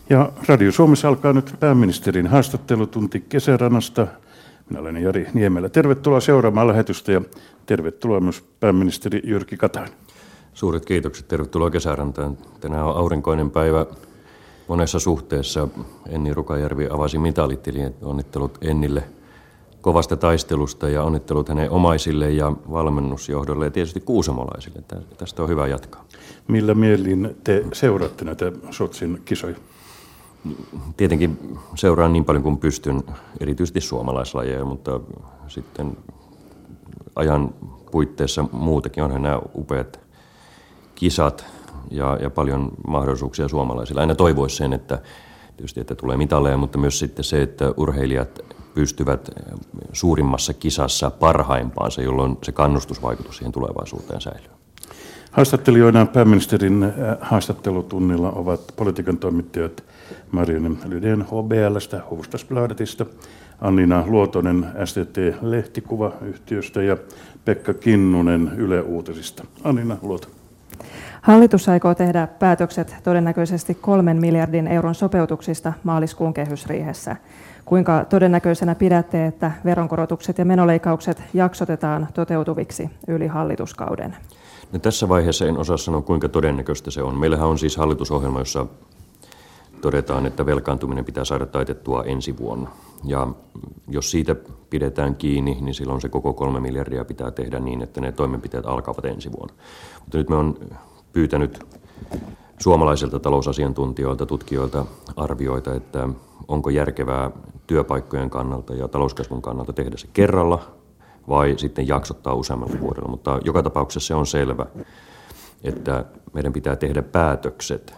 Ja Radio Suomessa alkaa nyt pääministerin haastattelutunti Kesärannasta. Minä olen Jari Niemelä. Tervetuloa seuraamaan lähetystä ja tervetuloa myös pääministeri Jyrki Katainen. Suuret kiitokset. Tervetuloa Kesärantaan. Tänään on aurinkoinen päivä monessa suhteessa. Enni Rukajärvi avasi mitalitilin. Onnittelut Ennille kovasta taistelusta ja onnittelut hänen omaisille ja valmennusjohdolle ja tietysti kuusamolaisille. Tästä on hyvä jatkaa. Millä mielin te seuraatte näitä Sotsin kisoja? Tietenkin seuraan niin paljon kuin pystyn, erityisesti suomalaislajeja, mutta sitten ajan puitteissa muutakin. Onhan nämä upeat kisat ja paljon mahdollisuuksia suomalaisilla. Aina toivoisi sen, että tietysti että tulee mitaleja, mutta myös sitten se, että urheilijat pystyvät suurimmassa kisassa parhaimpaansa, jolloin se kannustusvaikutus siihen tulevaisuuteen säilyy. Haastattelijoina pääministerin haastattelutunnilla ovat politiikan toimittajat Marianne Lydén HBL:stä, Hufvudstadsbladetista, Annina Luotonen STT-lehtikuvayhtiöstä ja Pekka Kinnunen Yle Uutisista. Annina Luotonen. Hallitus aikoo tehdä päätökset todennäköisesti 3 miljardin euron sopeutuksista maaliskuun kehysriihessä. Kuinka todennäköisenä pidätte, että veronkorotukset ja menoleikkaukset jaksotetaan toteutuviksi yli hallituskauden? No tässä vaiheessa en osaa sanoa, kuinka todennäköistä se on. Meillähän on siis hallitusohjelma, jossa todetaan, että velkaantuminen pitää saada taitettua ensi vuonna. Ja jos siitä pidetään kiinni, niin silloin se koko 3 miljardia pitää tehdä niin, että ne toimenpiteet alkavat ensi vuonna. Mutta nyt me on pyytänyt suomalaisilta talousasiantuntijoilta, tutkijoilta arvioita, että onko järkevää työpaikkojen kannalta ja talouskasvun kannalta tehdä se kerralla vai sitten jaksottaa useammalla vuodella. Mutta joka tapauksessa se on selvä, että meidän pitää tehdä päätökset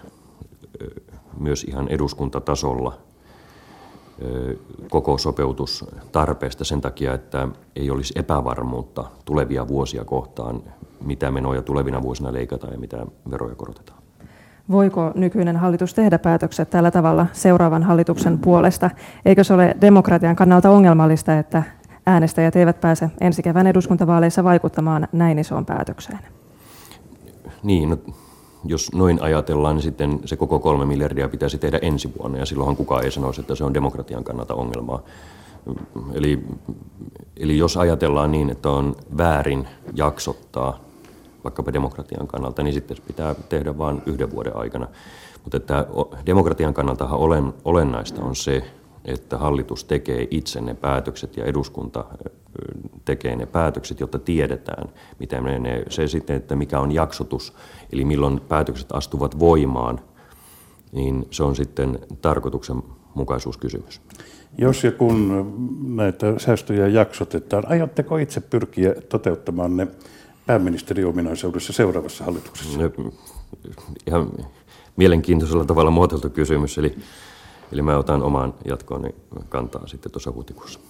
myös ihan eduskuntatasolla koko sopeutustarpeesta sen takia, että ei olisi epävarmuutta tulevia vuosia kohtaan, mitä menoja tulevina vuosina leikataan ja mitä veroja korotetaan. Voiko nykyinen hallitus tehdä päätökset tällä tavalla seuraavan hallituksen puolesta? Eikö se ole demokratian kannalta ongelmallista, että äänestäjät eivät pääse ensi kevään eduskuntavaaleissa vaikuttamaan näin isoon päätökseen? Niin, no, jos noin ajatellaan, niin sitten se koko 3 miljardia pitäisi tehdä ensi vuonna, ja silloinhan kukaan ei sanoisi, että se on demokratian kannalta ongelmaa. Eli jos ajatellaan niin, että on väärin jaksottaa vaikkapa demokratian kannalta, niin sitten se pitää tehdä vain 1 vuoden aikana. Mutta että demokratian kannaltahan olennaista on se, että hallitus tekee itse ne päätökset ja eduskunta tekee ne päätökset, jotta tiedetään, mitä menee. Se sitten, että mikä on jaksotus, eli milloin päätökset astuvat voimaan, niin se on sitten tarkoituksenmukaisuuskysymys. Jos ja kun näitä säästöjä jaksotetaan, aiotteko itse pyrkiä toteuttamaan ne pääministeriominaisuudessa seuraavassa hallituksessa? Ihan mielenkiintoisella tavalla muotoiltu kysymys, eli mä otan omaan jatkooni kantaa sitten tuossa huhtikuussa.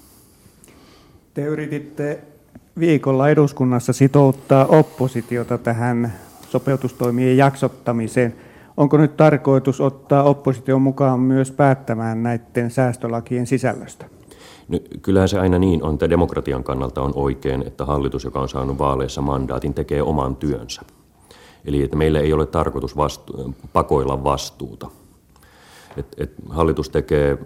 Te yrititte viikolla eduskunnassa sitouttaa oppositiota tähän sopeutustoimien jaksottamiseen. Onko nyt tarkoitus ottaa opposition mukaan myös päättämään näiden säästölakien sisällöstä? No, kyllähän se aina niin on, että demokratian kannalta on oikein, että hallitus, joka on saanut vaaleissa mandaatin, tekee oman työnsä. Eli että meillä ei ole tarkoitus pakoilla vastuuta. Hallitus tekee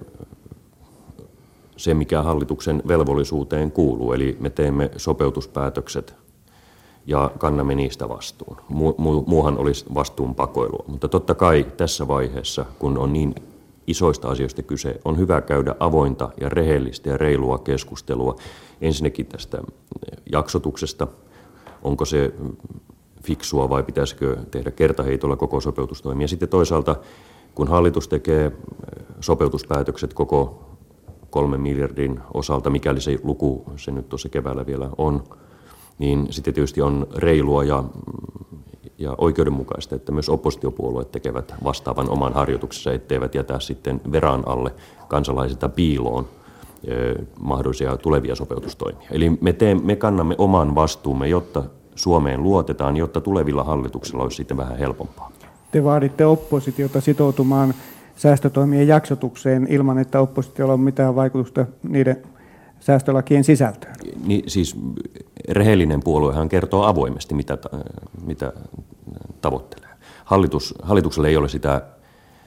se, mikä hallituksen velvollisuuteen kuuluu, eli me teemme sopeutuspäätökset ja kannamme niistä vastuun. Muuhan olisi vastuun pakoilua. Mutta totta kai tässä vaiheessa, kun on niin isoista asioista kyse, on hyvä käydä avointa ja rehellistä ja reilua keskustelua ensinnäkin tästä jaksotuksesta, onko se fiksua vai pitäisikö tehdä kertaheitolla koko sopeutustoimia. Sitten toisaalta, kun hallitus tekee sopeutuspäätökset koko 3 miljardin osalta, mikäli se luku se nyt tuossa keväällä vielä on, niin sitten tietysti on reilua ja oikeudenmukaista, että myös oppositiopuolueet tekevät vastaavan oman harjoituksensa, etteivät jätä sitten veran alle kansalaisilta piiloon mahdollisia tulevia sopeutustoimia. Eli me kannamme oman vastuumme, jotta Suomeen luotetaan, jotta tulevilla hallituksilla olisi sitten vähän helpompaa. Te vaaditte oppositiota sitoutumaan säästötoimien jaksotukseen ilman, että oppositiolla on mitään vaikutusta niiden säästölakien sisältöön. Niin, siis rehellinen puoluehan kertoo avoimesti, mitä tavoittelee. Hallituksella ei ole sitä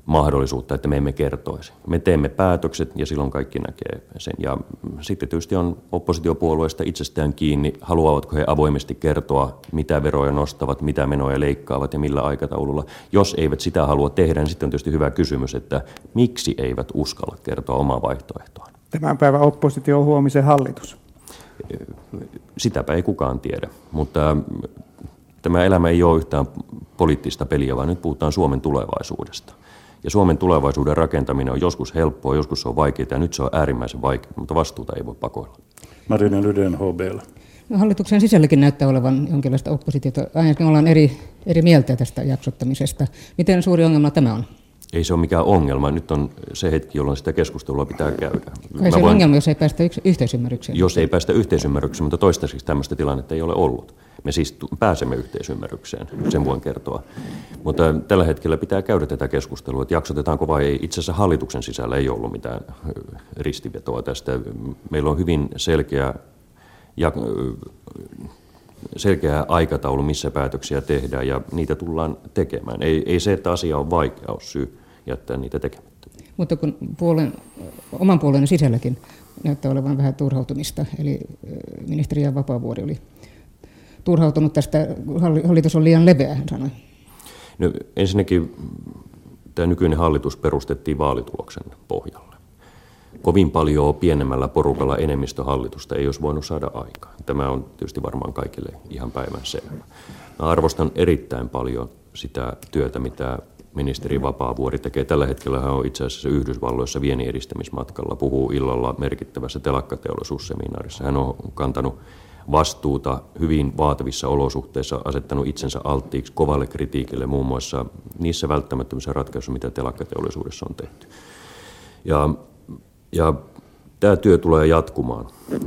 mahdollisuutta, että me emme kertoisi. Me teemme päätökset ja silloin kaikki näkee sen. Ja sitten tietysti on oppositiopuolueista itsestään kiinni, haluavatko he avoimesti kertoa, mitä veroja nostavat, mitä menoja leikkaavat ja millä aikataululla. Jos eivät sitä halua tehdä, niin sitten on tietysti hyvä kysymys, että miksi eivät uskalla kertoa omaa vaihtoehtoaan. Tämän päivän oppositio on huomisen hallitus. Sitäpä ei kukaan tiedä, mutta tämä elämä ei ole yhtään poliittista peliä, vaan nyt puhutaan Suomen tulevaisuudesta. Ja Suomen tulevaisuuden rakentaminen on joskus helppoa, joskus se on vaikeaa ja nyt se on äärimmäisen vaikeaa, mutta vastuuta ei voi pakoilla. Marina Lydén, HBL. No, hallituksen sisälläkin näyttää olevan jonkinlaista oppositiota. Ainakin ollaan eri mieltä tästä jaksottamisesta. Miten suuri ongelma tämä on? Ei se ole mikään ongelma. Nyt on se hetki, jolloin sitä keskustelua pitää käydä. Kai se on ongelma, jos ei päästä yhteisymmärrykseen. Jos ei päästä yhteisymmärrykseen, mutta toistaiseksi tämmöistä tilannetta ei ole ollut. Me siis pääsemme yhteisymmärrykseen, sen voin kertoa. Mutta tällä hetkellä pitää käydä tätä keskustelua, että jaksotetaanko vai ei. Itse asiassa hallituksen sisällä ei ollut mitään ristivetoa tästä. Meillä on hyvin selkeä aikataulu, missä päätöksiä tehdään ja niitä tullaan tekemään. Ei se, että asia on vaikea, ole syy jättää niitä tekemättä. Mutta kun oman puolueen sisälläkin näyttää olevan vähän turhautumista, eli ministeri Jan Vapaavuori oli turhautunut tästä, hallitus on liian leveä, hän sanoi. No, ensinnäkin tämä nykyinen hallitus perustettiin vaalituloksen pohjalle. Kovin paljon pienemmällä porukalla enemmistöhallitusta ei olisi voinut saada aikaan. Tämä on tietysti varmaan kaikille ihan päivänselvä. Mä arvostan erittäin paljon sitä työtä, mitä ministeri Vapaavuori tekee. Tällä hetkellä hän on itse asiassa Yhdysvalloissa viennin edistämismatkalla, puhuu illalla merkittävässä telakkateollisuusseminaarissa. Hän on kantanut vastuuta hyvin vaativissa olosuhteissa, asettanut itsensä alttiiksi kovalle kritiikille muun muassa niissä välttämättömissä ratkaisuissa, mitä telakkateollisuudessa on tehty. Ja tämä työ tulee jatkumaan.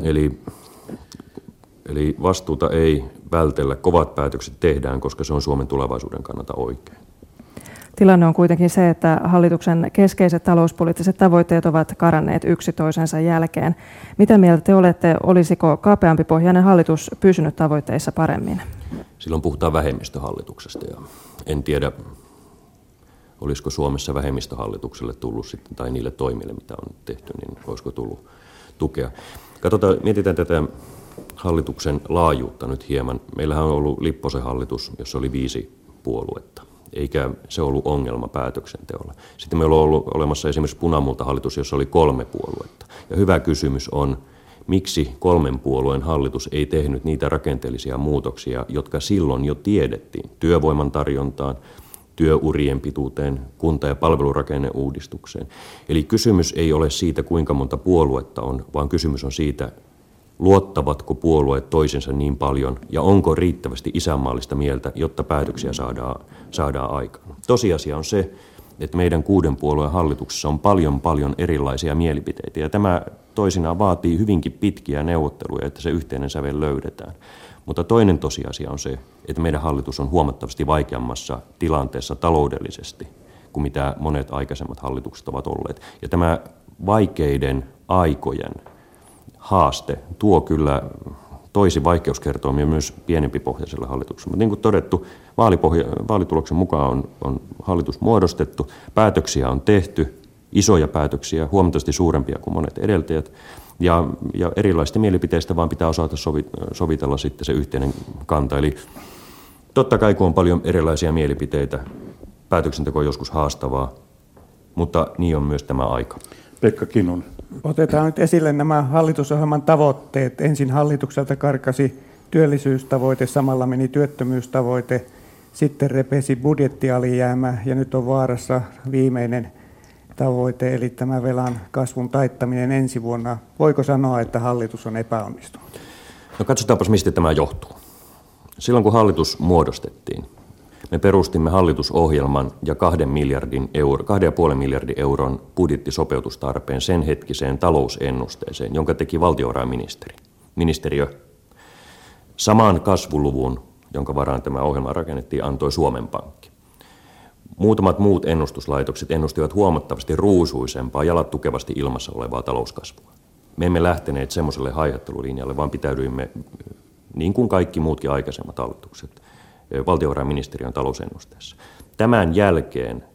Eli vastuuta ei vältellä, kovat päätökset tehdään, koska se on Suomen tulevaisuuden kannalta oikein. Tilanne on kuitenkin se, että hallituksen keskeiset talouspoliittiset tavoitteet ovat karanneet yksi toisensa jälkeen. Mitä mieltä te olette, olisiko kapeampi pohjainen hallitus pysynyt tavoitteissa paremmin? Silloin puhutaan vähemmistöhallituksesta ja en tiedä, olisiko Suomessa vähemmistöhallitukselle tullut sitten, tai niille toimille, mitä on tehty, niin olisiko tullut tukea. Mietitään tätä hallituksen laajuutta nyt hieman. Meillähän on ollut Lipposen hallitus, jossa oli 5 puoluetta, eikä se ollut ongelma päätöksenteolla. Sitten meillä on ollut olemassa esimerkiksi punamultahallitus, jossa oli 3 puoluetta. Ja hyvä kysymys on, miksi 3 puolueen hallitus ei tehnyt niitä rakenteellisia muutoksia, jotka silloin jo tiedettiin työvoiman tarjontaan, työurien pituuteen, kunta- ja palvelurakenneuudistukseen. Eli kysymys ei ole siitä, kuinka monta puoluetta on, vaan kysymys on siitä, luottavatko puolueet toisensa niin paljon ja onko riittävästi isänmaallista mieltä, jotta päätöksiä saadaan aikaan. Tosiasia on se, että meidän 6 puolueen hallituksessa on paljon erilaisia mielipiteitä ja tämä toisinaan vaatii hyvinkin pitkiä neuvotteluja, että se yhteinen sävel löydetään. Mutta toinen tosiasia on se, että meidän hallitus on huomattavasti vaikeammassa tilanteessa taloudellisesti kuin mitä monet aikaisemmat hallitukset ovat olleet. Ja tämä vaikeiden aikojen haaste toisi vaikeuskertoimia myös pienempipohjaiselle hallitukselle. Mutta niin kuin todettu, vaalituloksen mukaan on hallitus muodostettu, päätöksiä on tehty, isoja päätöksiä, huomattavasti suurempia kuin monet edeltäjät, ja erilaisista mielipiteistä vaan pitää osata sovitella sitten se yhteinen kanta. Eli totta kai kun on paljon erilaisia mielipiteitä, päätöksenteko on joskus haastavaa, mutta niin on myös tämä aika. Pekka Kinnunen. Otetaan nyt esille nämä hallitusohjelman tavoitteet. Ensin hallitukselta karkasi työllisyystavoite, samalla meni työttömyystavoite, sitten repesi budjettialijäämä ja nyt on vaarassa viimeinen tavoite, eli tämä velan kasvun taittaminen ensi vuonna. Voiko sanoa, että hallitus on epäonnistunut? No katsotaanpas, mistä tämä johtuu. Silloin kun hallitus muodostettiin, me perustimme hallitusohjelman ja 2,5 miljardin euron budjettisopeutustarpeen sen hetkiseen talousennusteeseen, jonka teki valtiovarainministeriö. Saman kasvuluvun, jonka varaan tämä ohjelma rakennettiin, antoi Suomen Pankki. Muutamat muut ennustuslaitokset ennustivat huomattavasti ruusuisempaa, jalat tukevasti ilmassa olevaa talouskasvua. Me emme lähteneet semmoiselle haihattelulinjalle, vaan pitäydyimme, niin kuin kaikki muutkin aikaisemmat hallitukset, valtiovarainministeriön talousennusteessa. Tämän jälkeen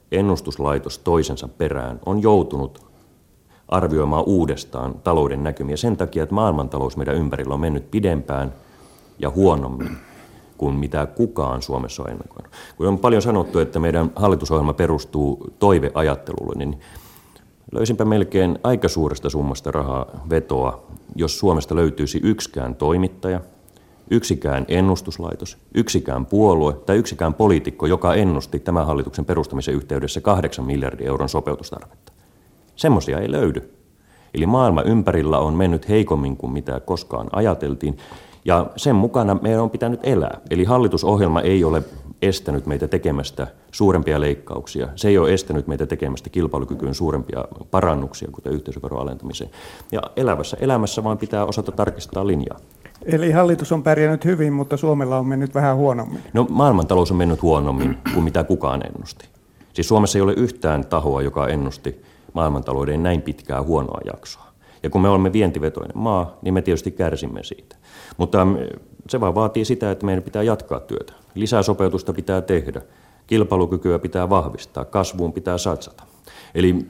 ennustuslaitos toisensa perään on joutunut arvioimaan uudestaan talouden näkymiä sen takia, että maailmantalous meidän ympärillä on mennyt pidempään ja huonommin kuin mitä kukaan Suomessa on ennakoinut. Kun on paljon sanottu, että meidän hallitusohjelma perustuu toiveajattelulle, niin löysinpä melkein aika suuresta summasta rahaa vetoa, jos Suomesta löytyisi yksikään toimittaja, yksikään ennustuslaitos, yksikään puolue tai yksikään poliitikko, joka ennusti tämän hallituksen perustamisen yhteydessä 8 miljardin euron sopeutustarvetta. Semmoisia ei löydy. Eli maailma ympärillä on mennyt heikommin kuin mitä koskaan ajateltiin, ja sen mukana meidän on pitänyt elää. Eli hallitusohjelma ei ole estänyt meitä tekemästä suurempia leikkauksia. Se ei ole estänyt meitä tekemästä kilpailukykyyn suurempia parannuksia, kuten yhteisöveron alentamiseen. Ja elävässä elämässä vaan pitää osata tarkistaa linjaa. Eli hallitus on pärjännyt hyvin, mutta Suomella on mennyt vähän huonommin. No maailmantalous on mennyt huonommin kuin mitä kukaan ennusti. Siis Suomessa ei ole yhtään tahoa, joka ennusti maailmantalouden näin pitkää huonoa jaksoa. Ja kun me olemme vientivetoinen maa, niin me tietysti kärsimme siitä. Mutta se vaan vaatii sitä, että meidän pitää jatkaa työtä. Lisää sopeutusta pitää tehdä. Kilpailukykyä pitää vahvistaa. Kasvuun pitää satsata. Eli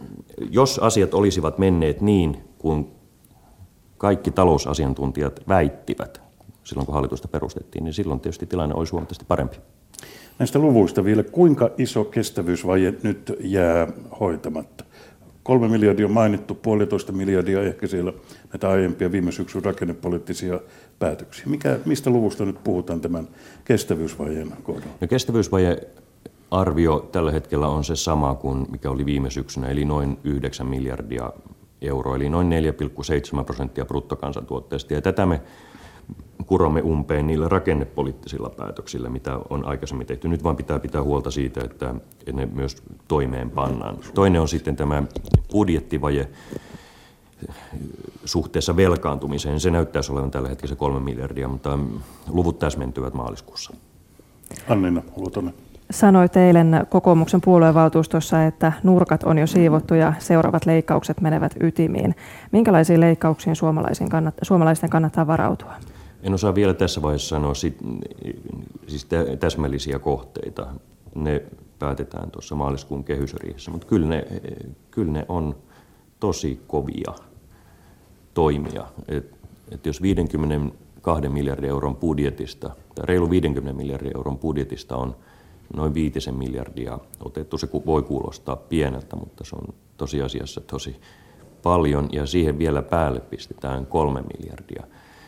jos asiat olisivat menneet niin, kuin kaikki talousasiantuntijat väittivät silloin, kun hallitusta perustettiin, niin silloin tietysti tilanne olisi huomattavasti parempi. Näistä luvuista vielä, kuinka iso kestävyysvaje nyt jää hoitamatta? 3 miljardia on mainittu, 1,5 miljardia ehkä siellä näitä aiempia viime syksyn rakennepoliittisia päätöksiä. Mistä luvusta nyt puhutaan tämän kestävyysvajeen kohdalla? No kestävyysvajearvio tällä hetkellä on se sama kuin mikä oli viime syksynä, eli noin 9 miljardia euroa, eli noin 4,7% bruttokansantuotteesta. Ja tätä me kuromme umpeen niillä rakennepoliittisilla päätöksillä, mitä on aikaisemmin tehty. Nyt vaan pitää huolta siitä, että ne myös toimeenpannaan. Toinen on sitten tämä budjettivaje suhteessa velkaantumiseen. Se näyttäisi olevan tällä hetkellä se 3 miljardia, mutta luvut täsmentyvät maaliskuussa. Annina Luotonen. Sanoit eilen kokoomuksen puoluevaltuustossa, että nurkat on jo siivottu ja seuraavat leikkaukset menevät ytimiin. Minkälaisiin leikkauksiin suomalaisten kannattaa varautua? En osaa vielä tässä vaiheessa sanoa siis täsmällisiä kohteita. Ne päätetään tuossa maaliskuun kehysriihessä, mutta kyllä ne on tosi kovia toimia. Et jos 52 miljardin euron budjetista, tai reilu 50 miljardin euron budjetista on noin 5 miljardia otettu, se voi kuulostaa pieneltä, mutta se on tosiasiassa tosi paljon, ja siihen vielä päälle pistetään 3 miljardia.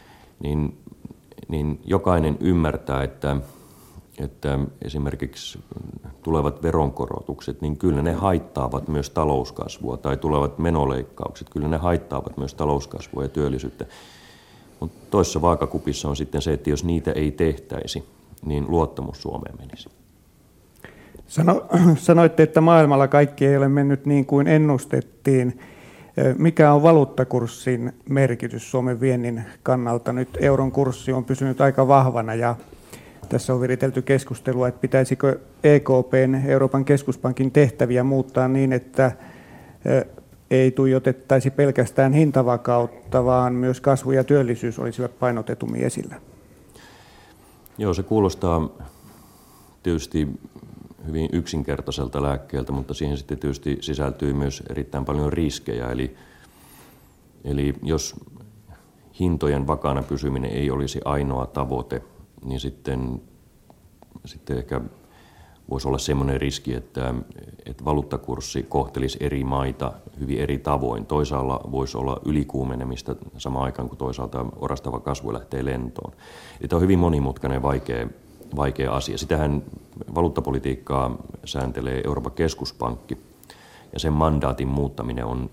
Niin jokainen ymmärtää, että esimerkiksi tulevat veronkorotukset, niin kyllä ne haittaavat myös talouskasvua, tai tulevat menoleikkaukset, kyllä ne haittaavat myös talouskasvua ja työllisyyttä. Mutta toisessa vaakakupissa on sitten se, että jos niitä ei tehtäisi, niin luottamus Suomeen menisi. Sanoitte, että maailmalla kaikki ei ole mennyt niin kuin ennustettiin. Mikä on valuuttakurssin merkitys Suomen viennin kannalta? Nyt euron kurssi on pysynyt aika vahvana ja tässä on viritelty keskustelua, että pitäisikö EKP:n, Euroopan keskuspankin tehtäviä muuttaa niin, että ei tuijotettaisi pelkästään hintavakautta, vaan myös kasvu ja työllisyys olisivat painotetummin esillä. Joo, se kuulostaa tietysti hyvin yksinkertaiselta lääkkeeltä, mutta siihen sitten tietysti sisältyy myös erittäin paljon riskejä. Eli jos hintojen vakaana pysyminen ei olisi ainoa tavoite, niin sitten ehkä voisi olla semmoinen riski, että valuuttakurssi kohtelisi eri maita hyvin eri tavoin. Toisaalla voisi olla ylikuumenemista samaan aikaan, kun toisaalta orastava kasvu lähtee lentoon. Eli tämä on hyvin monimutkainen vaikea asia. Sitähän valuuttapolitiikkaa sääntelee Euroopan keskuspankki, ja sen mandaatin muuttaminen on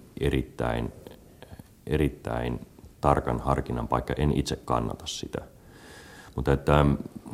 erittäin tarkan harkinnan paikka. En itse kannata sitä. Mutta että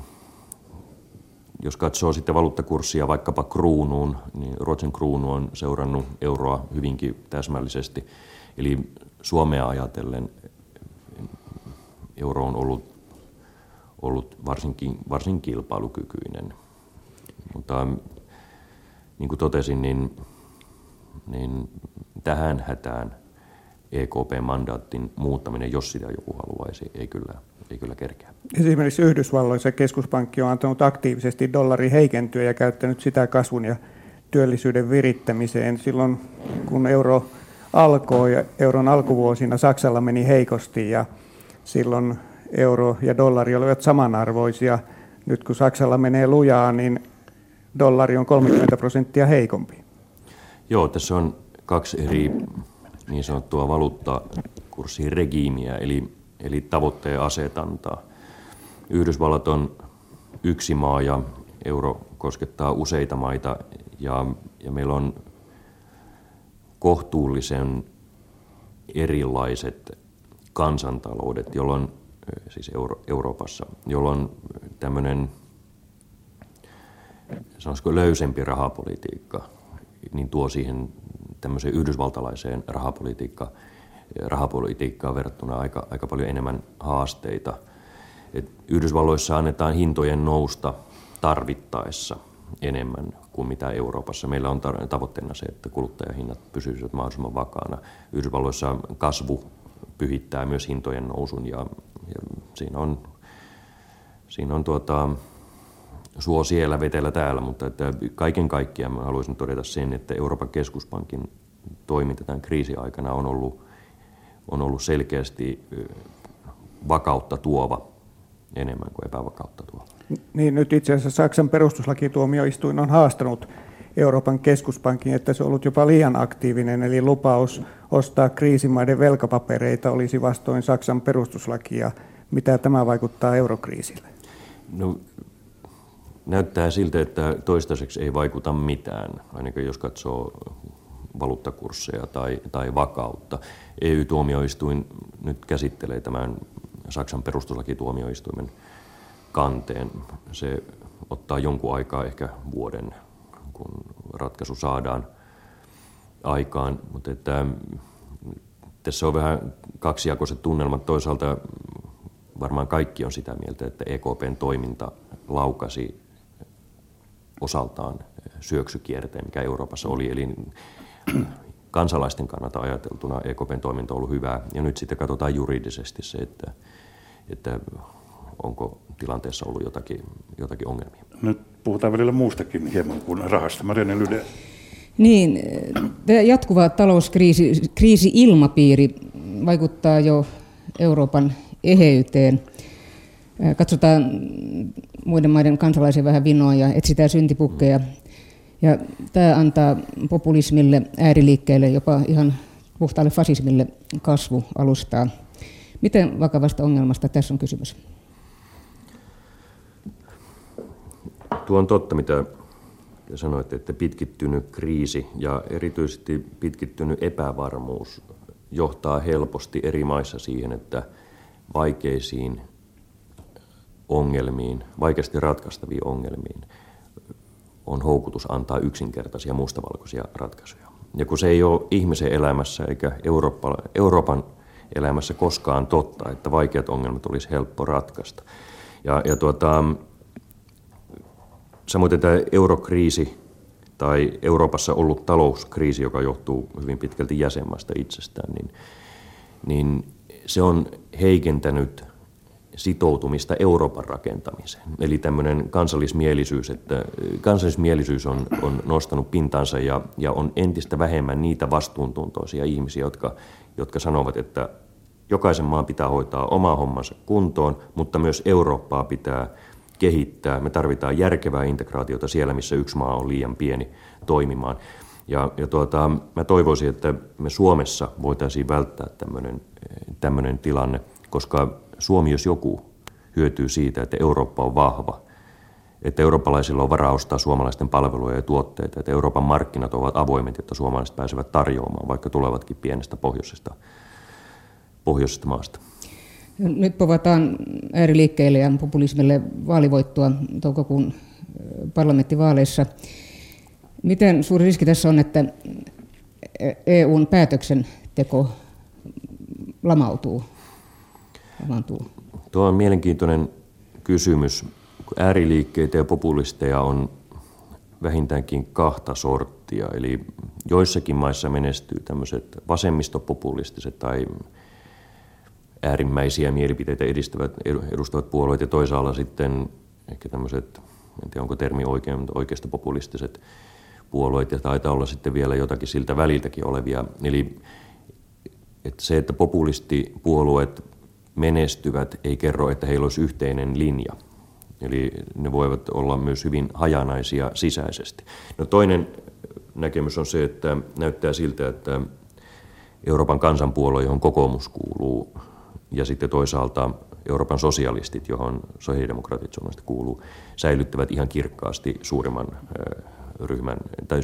jos katsoo sitten valuuttakurssia vaikkapa kruunuun, niin Ruotsin kruunu on seurannut euroa hyvinkin täsmällisesti. Eli Suomea ajatellen euro on ollut varsin kilpailukykyinen. Mutta niin kuin totesin, niin tähän hätään EKP-mandaattin muuttaminen, jos sitä joku haluaisi, ei kyllä kerkeä. Esimerkiksi Yhdysvalloissa keskuspankki on antanut aktiivisesti dollarin heikentyä ja käyttänyt sitä kasvun ja työllisyyden virittämiseen. Silloin kun euro alkoi, euron alkuvuosina Saksalla meni heikosti ja silloin euro ja dollari olivat samanarvoisia. Nyt kun Saksalla menee lujaa, niin dollari on 30% heikompi. Joo, tässä on kaksi eri niin sanottua valuuttakurssiregiimiä, eli tavoitteen asetantaa. Yhdysvallat on yksi maa ja euro koskettaa useita maita ja meillä on kohtuullisen erilaiset kansantaloudet, jolloin siis Euroopassa, jolloin tämmöinen sanoisiko löysempi rahapolitiikka niin tuo siihen tämmöiseen yhdysvaltalaiseen rahapolitiikkaan verrattuna aika paljon enemmän haasteita. Et Yhdysvalloissa annetaan hintojen nousta tarvittaessa enemmän kuin mitä Euroopassa. Meillä on tavoitteena se, että kuluttajahinnat pysyisivät mahdollisimman vakaana. Yhdysvalloissa kasvu pyhittää myös hintojen nousun ja siinä on suo siellä, vetellä täällä, mutta että kaiken kaikkiaan mä haluaisin todeta sen, että Euroopan keskuspankin toiminta tämän kriisin aikana on ollut selkeästi vakautta tuova enemmän kuin epävakautta tuova. Niin nyt itse asiassa Saksan perustuslakituomioistuin on haastanut Euroopan keskuspankin, että se on ollut jopa liian aktiivinen, eli lupaus ostaa kriisimaiden velkapapereita olisi vastoin Saksan perustuslakia. Mitä tämä vaikuttaa eurokriisille? No, näyttää siltä, että toistaiseksi ei vaikuta mitään, ainakin jos katsoo valuuttakursseja tai vakautta. EU-tuomioistuin nyt käsittelee tämän Saksan perustuslakituomioistuimen kanteen. Se ottaa jonkun aikaa, ehkä vuoden, kun ratkaisu saadaan aikaan. Mutta että tässä on vähän kaksijakoiset tunnelmat. Toisaalta varmaan kaikki on sitä mieltä, että EKPn toiminta laukasi osaltaan syöksykierteen, mikä Euroopassa oli. Eli kansalaisten kannalta ajateltuna EKPn toiminta on ollut hyvää. Ja nyt sitten katsotaan juridisesti se, että onko tilanteessa ollut jotakin ongelmia. Nyt puhutaan välillä muustakin hieman kuin rahasta. Marianne Lyde. Niin, jatkuva talouskriisi-ilmapiiri vaikuttaa jo Euroopan eheyteen. Katsotaan muiden maiden kansalaisia vähän vinoa ja etsitään syntipukkeja. Ja tämä antaa populismille, ääriliikkeelle, jopa ihan puhtaalle fasismille kasvualustaa. Miten vakavasta ongelmasta tässä on kysymys? Tuo on totta, mitä sanoitte, että pitkittynyt kriisi ja erityisesti pitkittynyt epävarmuus johtaa helposti eri maissa siihen, että vaikeisiin ongelmiin, vaikeasti ratkaistaviin ongelmiin on houkutus antaa yksinkertaisia mustavalkoisia ratkaisuja. Ja kun se ei ole ihmisen elämässä eikä Euroopan elämässä koskaan totta, että vaikeat ongelmat olisi helppo ratkaista. Samoin tämä eurokriisi tai Euroopassa ollut talouskriisi, joka johtuu hyvin pitkälti jäsenmaasta itsestään, niin se on heikentänyt sitoutumista Euroopan rakentamiseen. Eli tämmöinen kansallismielisyys on nostanut pintansa ja on entistä vähemmän niitä vastuuntuntoisia ihmisiä, jotka sanovat, että jokaisen maan pitää hoitaa oma hommansa kuntoon, mutta myös Eurooppaa pitää kehittää. Me tarvitaan järkevää integraatiota siellä, missä yksi maa on liian pieni toimimaan. Mä toivoisin, että me Suomessa voitaisiin välttää tämmöinen tilanne, koska Suomi, jos joku, hyötyy siitä, että Eurooppa on vahva, että eurooppalaisilla on varaa ostaa suomalaisten palveluja ja tuotteita, että Euroopan markkinat ovat avoimet, jotta suomalaiset pääsevät tarjoamaan, vaikka tulevatkin pienestä pohjoisesta maasta. Nyt povataan ääriliikkeille ja populismille vaalivoittoa toukokuun parlamenttivaaleissa. Miten suuri riski tässä on, että EUn päätöksenteko lamaantuu? Tuo on mielenkiintoinen kysymys. Ääriliikkeitä ja populisteja on vähintäänkin kahta sorttia. Eli joissakin maissa menestyy tämmöiset vasemmistopopulistiset tai äärimmäisiä mielipiteitä edustavat puolueet ja toisaalla sitten ehkä tämmöiset, en tiedä onko termi oikein, mutta oikeistopopulistiset puolueet ja taitaa olla sitten vielä jotakin siltä väliltäkin olevia. Eli että se, että populistipuolueet menestyvät, ei kerro, että heillä olisi yhteinen linja. Eli ne voivat olla myös hyvin hajanaisia sisäisesti. No toinen näkemys on se, että näyttää siltä, että Euroopan kansanpuolue, johon kokoomus kuuluu, ja sitten toisaalta Euroopan sosialistit, johon sosiaalidemokraatit Suomesta kuuluu, säilyttävät ihan kirkkaasti suurimman ryhmän tai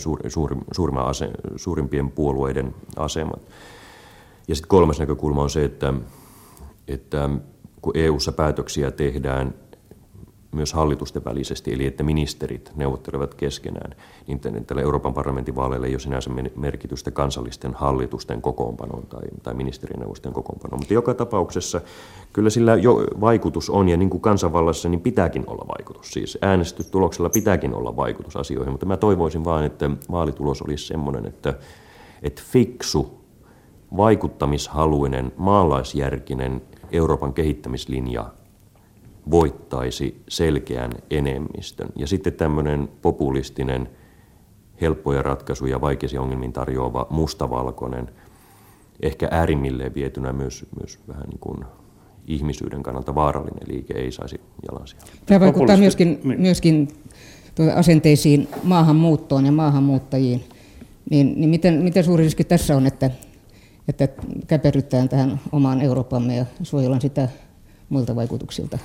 suurimpien puolueiden asemat. Ja sitten kolmas näkökulma on se, että kun EU:ssa päätöksiä tehdään myös hallitusten välisesti, eli että ministerit neuvottelevat keskenään, niin tällä Euroopan parlamentin vaaleilla ei ole sinänsä merkitystä kansallisten hallitusten kokoonpanoon tai ministerineuvosten kokoonpanoon. Mutta joka tapauksessa kyllä sillä jo vaikutus on, ja niin kuin kansanvallassa niin pitääkin olla vaikutus. Siis äänestystuloksella pitääkin olla vaikutus asioihin, mutta mä toivoisin vaan, että vaalitulos olisi semmoinen, että fiksu, vaikuttamishaluinen, maalaisjärkinen Euroopan kehittämislinja voittaisi selkeän enemmistön. Ja sitten tämmöinen populistinen, helppoja ratkaisuja vaikeisiin ongelmiin tarjoava mustavalkoinen, ehkä äärimmilleen vietynä myös vähän niin kuin ihmisyyden kannalta vaarallinen liike ei saisi jalansijaa. Tämä vaikuttaa myöskin asenteisiin maahanmuuttoon ja maahanmuuttajiin. Niin miten suuri riski tässä on, että käperrytään tähän omaan Euroopamme ja suojellaan sitä muilta vaikutuksilta?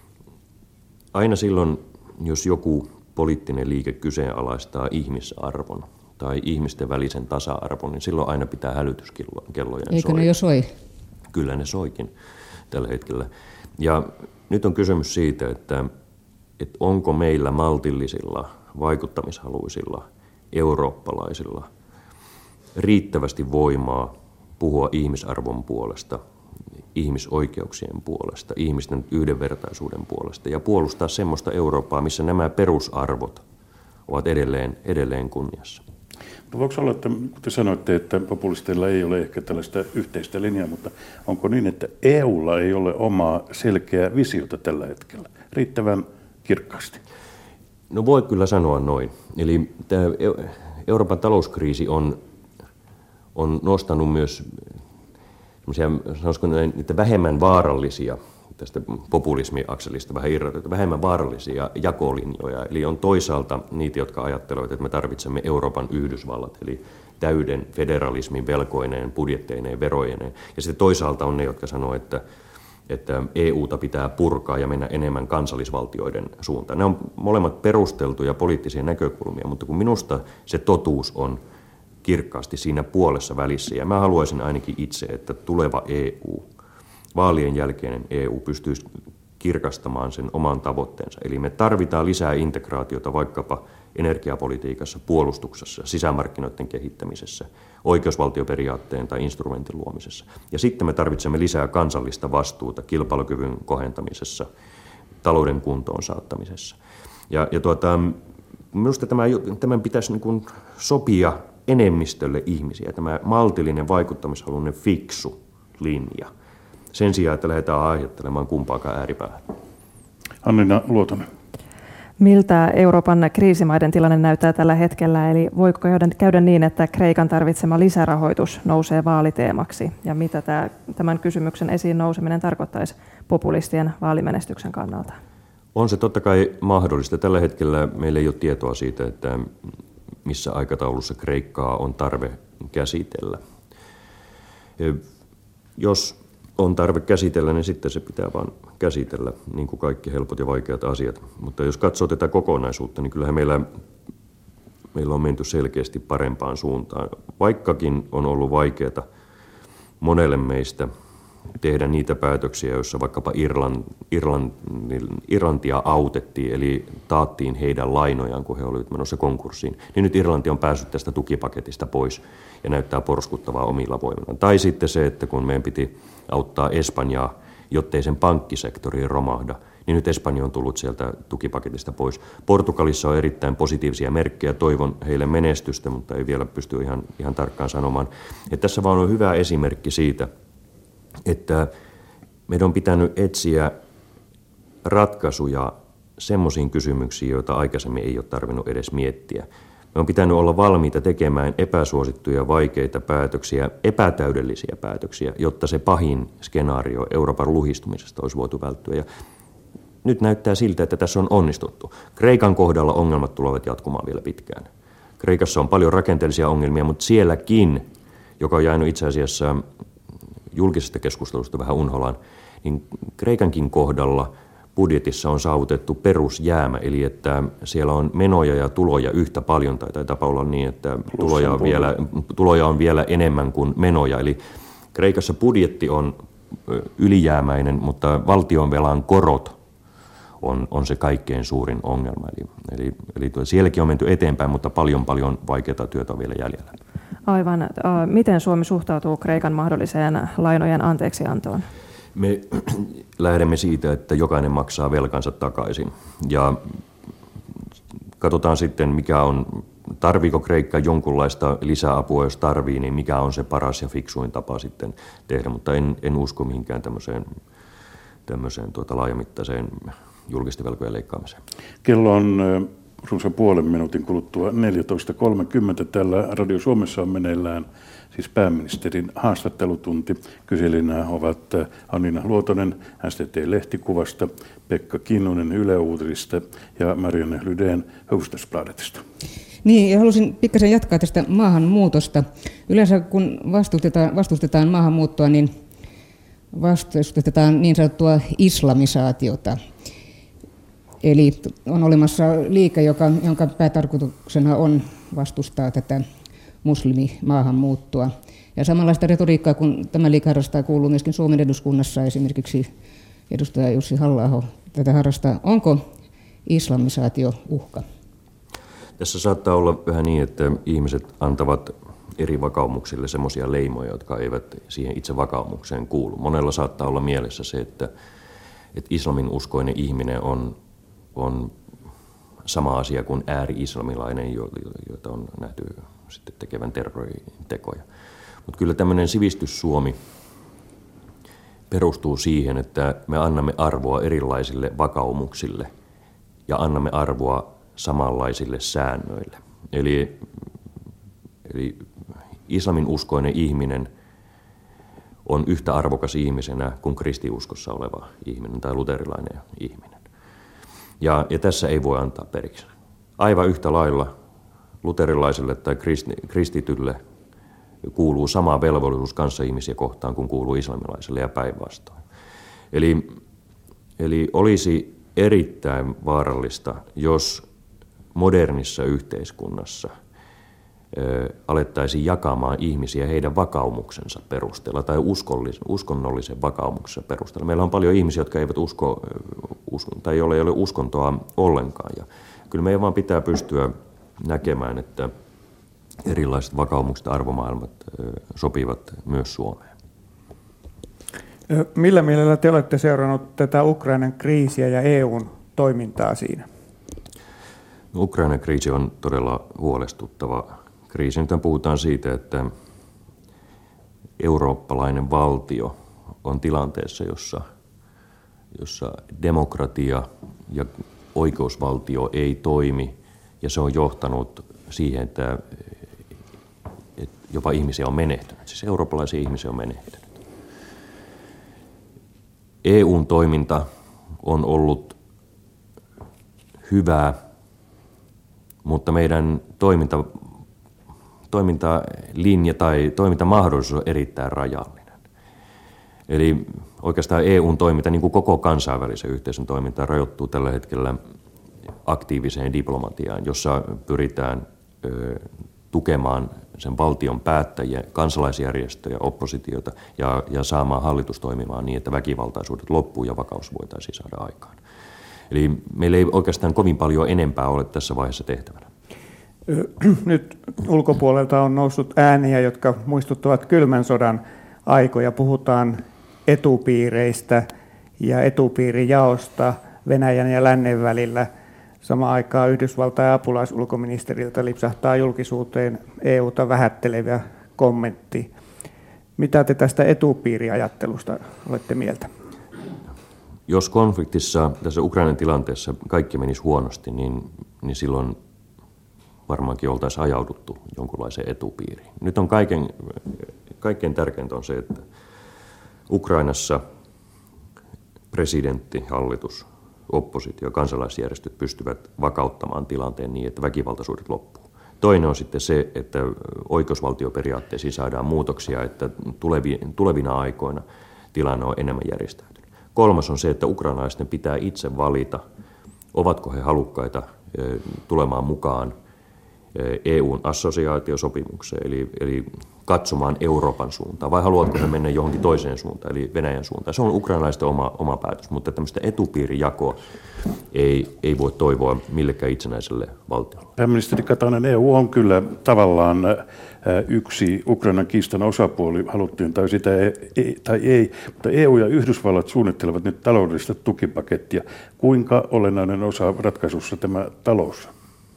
Aina silloin, jos joku poliittinen liike kyseenalaistaa ihmisarvon tai ihmisten välisen tasa-arvon, niin silloin aina pitää hälytyskellojen soida. Eikö ne jo soi? Kyllä ne soikin tällä hetkellä. Ja nyt on kysymys siitä, että onko meillä maltillisilla, vaikuttamishaluisilla, eurooppalaisilla riittävästi voimaa puhua ihmisarvon puolesta, ihmisoikeuksien puolesta, ihmisten yhdenvertaisuuden puolesta ja puolustaa semmoista Eurooppaa, missä nämä perusarvot ovat edelleen kunniassa. Mutta voiko olla, että kun te sanoitte, että populisteilla ei ole ehkä tällaista yhteistä linjaa, mutta onko niin, että EUlla ei ole omaa selkeää visiota tällä hetkellä riittävän kirkkaasti? No voi kyllä sanoa noin. Eli tämä Euroopan talouskriisi on nostanut myös sanoisiko niitä vähemmän vaarallisia, tästä populismiakselista vähän irrotettu, vähemmän vaarallisia jakolinjoja. Eli on toisaalta niitä, jotka ajattelevat, että me tarvitsemme Euroopan Yhdysvallat, eli täyden federalismin velkoineen, budjetteineen, veroineen. Ja sitten toisaalta on ne, jotka sanoo, että EUta pitää purkaa ja mennä enemmän kansallisvaltioiden suuntaan. Nämä on molemmat perusteltuja poliittisia näkökulmia, mutta kun minusta se totuus on kirkkaasti siinä puolessa välissä. Ja mä haluaisin ainakin itse, että tuleva EU, vaalien jälkeinen EU, pystyisi kirkastamaan sen oman tavoitteensa. Eli me tarvitaan lisää integraatiota vaikkapa energiapolitiikassa, puolustuksessa, sisämarkkinoiden kehittämisessä, oikeusvaltioperiaatteen tai instrumentin luomisessa. Ja sitten me tarvitsemme lisää kansallista vastuuta kilpailukyvyn kohentamisessa, talouden kuntoon saattamisessa. Ja minusta tämän pitäisi niin kuin sopia enemmistölle ihmisiä, tämä maltillinen, vaikuttamishaluinen, fiksu linja, sen sijaan, että lähdetään ajattelemaan kumpaakaan ääripäähän. Anniina Luotonen. Miltä Euroopan kriisimaiden tilanne näyttää tällä hetkellä, eli voiko käydä niin, että Kreikan tarvitsema lisärahoitus nousee vaaliteemaksi, ja mitä tämän kysymyksen esiin nouseminen tarkoittaisi populistien vaalimenestyksen kannalta? On se totta kai mahdollista. Tällä hetkellä meillä ei ole tietoa siitä, että missä aikataulussa Kreikkaa on tarve käsitellä. Jos on tarve käsitellä, niin sitten se pitää vaan käsitellä, niin kuin kaikki helpot ja vaikeat asiat. Mutta jos katsoo tätä kokonaisuutta, niin kyllähän meillä on menty selkeästi parempaan suuntaan. Vaikkakin on ollut vaikeaa monelle meistä tehdä niitä päätöksiä, joissa vaikkapa Irlantia autettiin, eli taattiin heidän lainojaan, kun he olivat menossa konkurssiin. Niin nyt Irlanti on päässyt tästä tukipaketista pois ja näyttää porskuttavaa omilla voimillaan. Tai sitten se, että kun meidän piti auttaa Espanjaa, jottei sen pankkisektori romahda, niin nyt Espanja on tullut sieltä tukipaketista pois. Portugalissa on erittäin positiivisia merkkejä, toivon heille menestystä, mutta ei vielä pysty ihan tarkkaan sanomaan. Että tässä vaan on hyvä esimerkki siitä, että meidän on pitänyt etsiä ratkaisuja semmoisiin kysymyksiin, joita aikaisemmin ei ole tarvinnut edes miettiä. Me on pitänyt olla valmiita tekemään epäsuosittuja, vaikeita päätöksiä, epätäydellisiä päätöksiä, jotta se pahin skenaario Euroopan luhistumisesta olisi voitu välttyä. Ja nyt näyttää siltä, että tässä on onnistuttu. Kreikan kohdalla ongelmat tulevat jatkumaan vielä pitkään. Kreikassa on paljon rakenteellisia ongelmia, mutta sielläkin, joka on jäänyt itse asiassa julkisesta keskustelusta vähän unholaan, niin Kreikankin kohdalla budjetissa on saavutettu perusjäämä, eli että siellä on menoja ja tuloja yhtä paljon, tai taitapa olla niin, että tuloja on vielä enemmän kuin menoja. Eli Kreikassa budjetti on ylijäämäinen, mutta valtionvelan korot on se kaikkein suurin ongelma. Eli sielläkin on menty eteenpäin, mutta paljon vaikeaa työtä on vielä jäljellä. Aivan. Miten Suomi suhtautuu Kreikan mahdolliseen lainojen anteeksiantoon? Me lähdemme siitä, että jokainen maksaa velkansa takaisin. Ja katsotaan sitten, tarviiko Kreikka jonkunlaista lisäapua, jos tarvii, niin mikä on se paras ja fiksuin tapa sitten tehdä. Mutta en usko mihinkään tämmöiseen laajamittaiseen julkisten velkojen leikkaamiseen. Kello on runsaan puolen minuutin kuluttua 14.30. Täällä Radio Suomessa on meneillään siis pääministerin haastattelutunti. Kyselijänä ovat Anniina Luotonen STT-lehtikuvasta, Pekka Kinnunen Yle Uutisista ja Marianne Lydén Hufvudstadsbladetista. Niin, ja halusin pikkasen jatkaa tästä maahanmuutosta. Yleensä kun vastustetaan maahanmuuttoa, niin vastustetaan niin sanottua islamisaatiota. Eli on olemassa liike, jonka päätarkoituksena on vastustaa tätä muslimimaahanmuuttoa. Ja samanlaista retoriikkaa kuin tämä liike harrastaa kuuluu myöskin Suomen eduskunnassa, esimerkiksi edustaja Jussi Halla-aho tätä harrastaa. Onko islamisaatio uhka? Tässä saattaa olla vähän niin, että ihmiset antavat eri vakaumuksille semmoisia leimoja, jotka eivät siihen itse vakaumukseen kuulu. Monella saattaa olla mielessä se, että islamin uskoinen ihminen on sama asia kuin ääri-islamilainen, joita on nähty sitten tekevän terroritekoja. Mutta kyllä tämmöinen sivistys-Suomi perustuu siihen, että me annamme arvoa erilaisille vakaumuksille ja annamme arvoa samanlaisille säännöille. Eli islamin uskoinen ihminen on yhtä arvokas ihmisenä kuin kristiuskossa oleva ihminen tai luterilainen ihminen. Ja tässä ei voi antaa periksi. Aivan yhtä lailla luterilaiselle tai kristitylle kuuluu sama velvollisuus kanssaihmisiä kohtaan kuin kuuluu islamilaiselle ja päinvastoin. Eli olisi erittäin vaarallista, jos modernissa yhteiskunnassa alettaisiin jakamaan ihmisiä heidän vakaumuksensa perusteella tai uskonnollisen vakaumuksensa perusteella. Meillä on paljon ihmisiä, jotka eivät usko tai joilla ei ole uskontoa ollenkaan. Ja kyllä meidän vaan pitää pystyä näkemään, että erilaiset vakaumukset ja arvomaailmat sopivat myös Suomeen. Millä mielellä te olette seurannut tätä Ukrainan kriisiä ja EUn toimintaa siinä? Ukrainan kriisi on todella huolestuttava kriisi. Nyt puhutaan siitä, että eurooppalainen valtio on tilanteessa, jossa demokratia ja oikeusvaltio ei toimi, ja se on johtanut siihen, että jopa ihmisiä on menehtynyt. Siis eurooppalaisia ihmisiä on menehtynyt. EUn toiminta on ollut hyvää, mutta meidän toimintalinja tai toimintamahdollisuus on erittäin rajallinen. Eli oikeastaan EUn toiminta, niin kuin koko kansainvälisen yhteisön toiminta, rajoittuu tällä hetkellä aktiiviseen diplomatiaan, jossa pyritään tukemaan sen valtion päättäjiä, kansalaisjärjestöjä, oppositiota ja saamaan hallitus toimimaan niin, että väkivaltaisuudet loppuu ja vakaus voitaisiin saada aikaan. Eli meillä ei oikeastaan kovin paljon enempää ole tässä vaiheessa tehtävänä. Nyt ulkopuolelta on noussut ääniä, jotka muistuttavat kylmän sodan aikoja. Puhutaan etupiireistä ja etupiirijaosta Venäjän ja lännen välillä. Samaan aikaan Yhdysvaltain apulaisulkoministeriltä lipsahtaa julkisuuteen EUta vähättelevä kommentti. Mitä te tästä etupiiriajattelusta olette mieltä? Jos konfliktissa, tässä Ukrainan tilanteessa kaikki menisi huonosti, niin silloin varmaankin oltaisiin ajauduttu jonkunlaiseen etupiiriin. Nyt on kaikkein tärkeintä on se, että Ukrainassa presidentti, hallitus, oppositio ja kansalaisjärjestöt pystyvät vakauttamaan tilanteen niin, että väkivaltaisuudet loppuu. Toinen on sitten se, että oikeusvaltioperiaatteisiin saadaan muutoksia, että tulevina aikoina tilanne on enemmän järjestäytynyt. Kolmas on se, että ukrainalaisten pitää itse valita, ovatko he halukkaita tulemaan mukaan EUn assosiaatiosopimukseen, eli katsomaan Euroopan suuntaan, vai haluatko he mennä johonkin toiseen suuntaan, eli Venäjän suuntaan. Se on ukrainalaisten oma päätös, mutta tämmöistä etupiirijakoa ei voi toivoa millekään itsenäiselle valtiolle. Pääministeri Katainen, EU on kyllä tavallaan yksi Ukrainan kiistan osapuoli, haluttiin tai sitä tai ei, mutta EU ja Yhdysvallat suunnittelevat nyt taloudellista tukipakettia. Kuinka olennainen osa ratkaisussa tämä talous?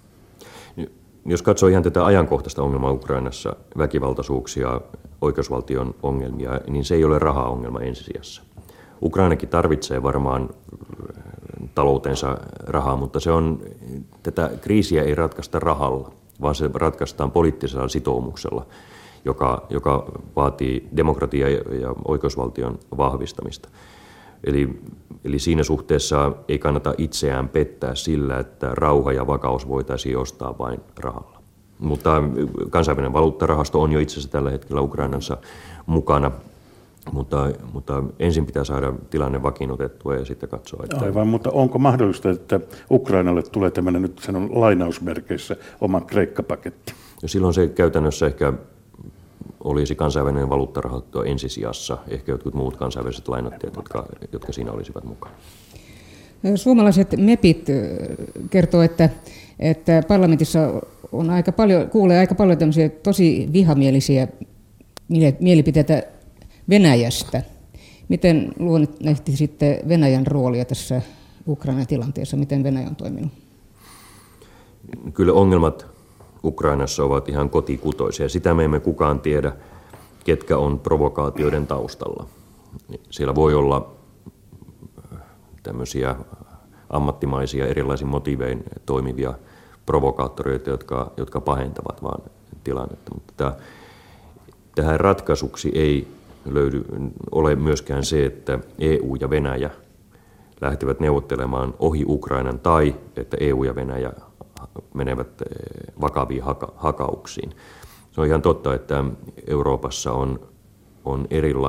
Jos katsoo ihan tätä ajankohtaista ongelmaa Ukrainassa, väkivaltaisuuksia, oikeusvaltion ongelmia, niin se ei ole rahaongelma ensisijassa. Ukrainakin tarvitsee varmaan taloutensa rahaa, mutta tätä kriisiä ei ratkaista rahalla, vaan se ratkaistaan poliittisella sitoumuksella, joka vaatii demokratia- ja oikeusvaltion vahvistamista. Eli siinä suhteessa ei kannata itseään pettää sillä, että rauha ja vakaus voitaisiin ostaa vain rahalla. Mutta kansainvälinen valuuttarahasto on jo itse asiassa tällä hetkellä Ukrainassa mukana, mutta ensin pitää saada tilanne vakiinnutettua ja sitten katsoa. Että... Aivan, mutta onko mahdollista, että Ukrainalle tulee tämmöinen nyt sanon lainausmerkeissä oma Kreikka-paketti? Ja silloin se käytännössä ehkä olisi kansainvälinen valuuttarahasto ensisijassa, ehkä jotkut muut kansainväliset lainottajat, jotka siinä olisivat mukana. Suomalaiset MEPit kertoo, että parlamentissa on kuulee aika paljon tämmöisiä tosi vihamielisiä mielipiteitä Venäjästä. Miten luonnehtisitte Venäjän roolia tässä Ukrainan tilanteessa? Miten Venäjä on toiminut? Kyllä ongelmat Ukrainassa ovat ihan kotikutoisia. Sitä me emme kukaan tiedä, ketkä on provokaatioiden taustalla. Siellä voi olla tämmöisiä ammattimaisia erilaisin motiivein toimivia provokaattoreita, jotka pahentavat vaan tilannetta. Mutta tähän ratkaisuksi ei ole myöskään se, että EU ja Venäjä lähtevät neuvottelemaan ohi Ukrainan tai että EU ja Venäjä menevät vakaviin hakauksiin. Se on ihan totta, että Euroopassa on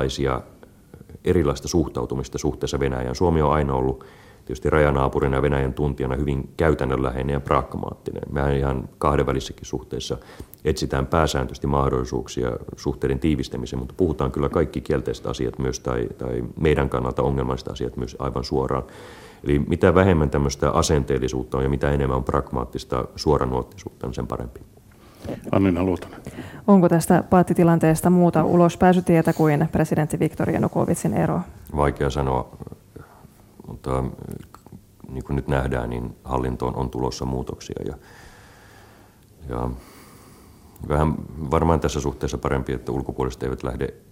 erilaista suhtautumista suhteessa Venäjään. Suomi on aina ollut tietysti rajanaapurina ja Venäjän tuntijana hyvin käytännönläheinen ja pragmaattinen. Mehän ihan kahdenvälisissäkin suhteissa etsitään pääsääntöisesti mahdollisuuksia suhteiden tiivistämiseen, mutta puhutaan kyllä kaikki kielteiset asiat myös tai meidän kannalta ongelmalliset asiat myös aivan suoraan. Eli mitä vähemmän tämmöistä asenteellisuutta on ja mitä enemmän on pragmaattista suoranuottisuutta, niin sen parempi. Annina Luotonen. Onko tästä paattitilanteesta muuta ulospääsytietä kuin presidentti Viktor Janukovytsin ero? Vaikea sanoa, mutta niin kuin nyt nähdään, niin hallintoon on tulossa muutoksia. Ja vähän varmaan tässä suhteessa parempi, että ulkopuoliset eivät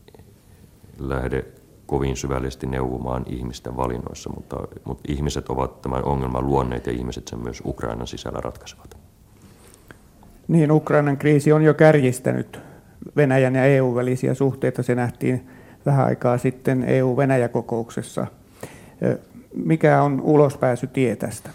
lähde kovin syvällisesti neuvomaan ihmisten valinnoissa, mutta ihmiset ovat tämän ongelman luonneet ja ihmiset sen myös Ukrainan sisällä ratkaisevat. Niin, Ukrainan kriisi on jo kärjistänyt Venäjän ja EU välisiä suhteita. Se nähtiin vähän aikaa sitten EU-Venäjä-kokouksessa. Mikä on ulospääsytie tästä?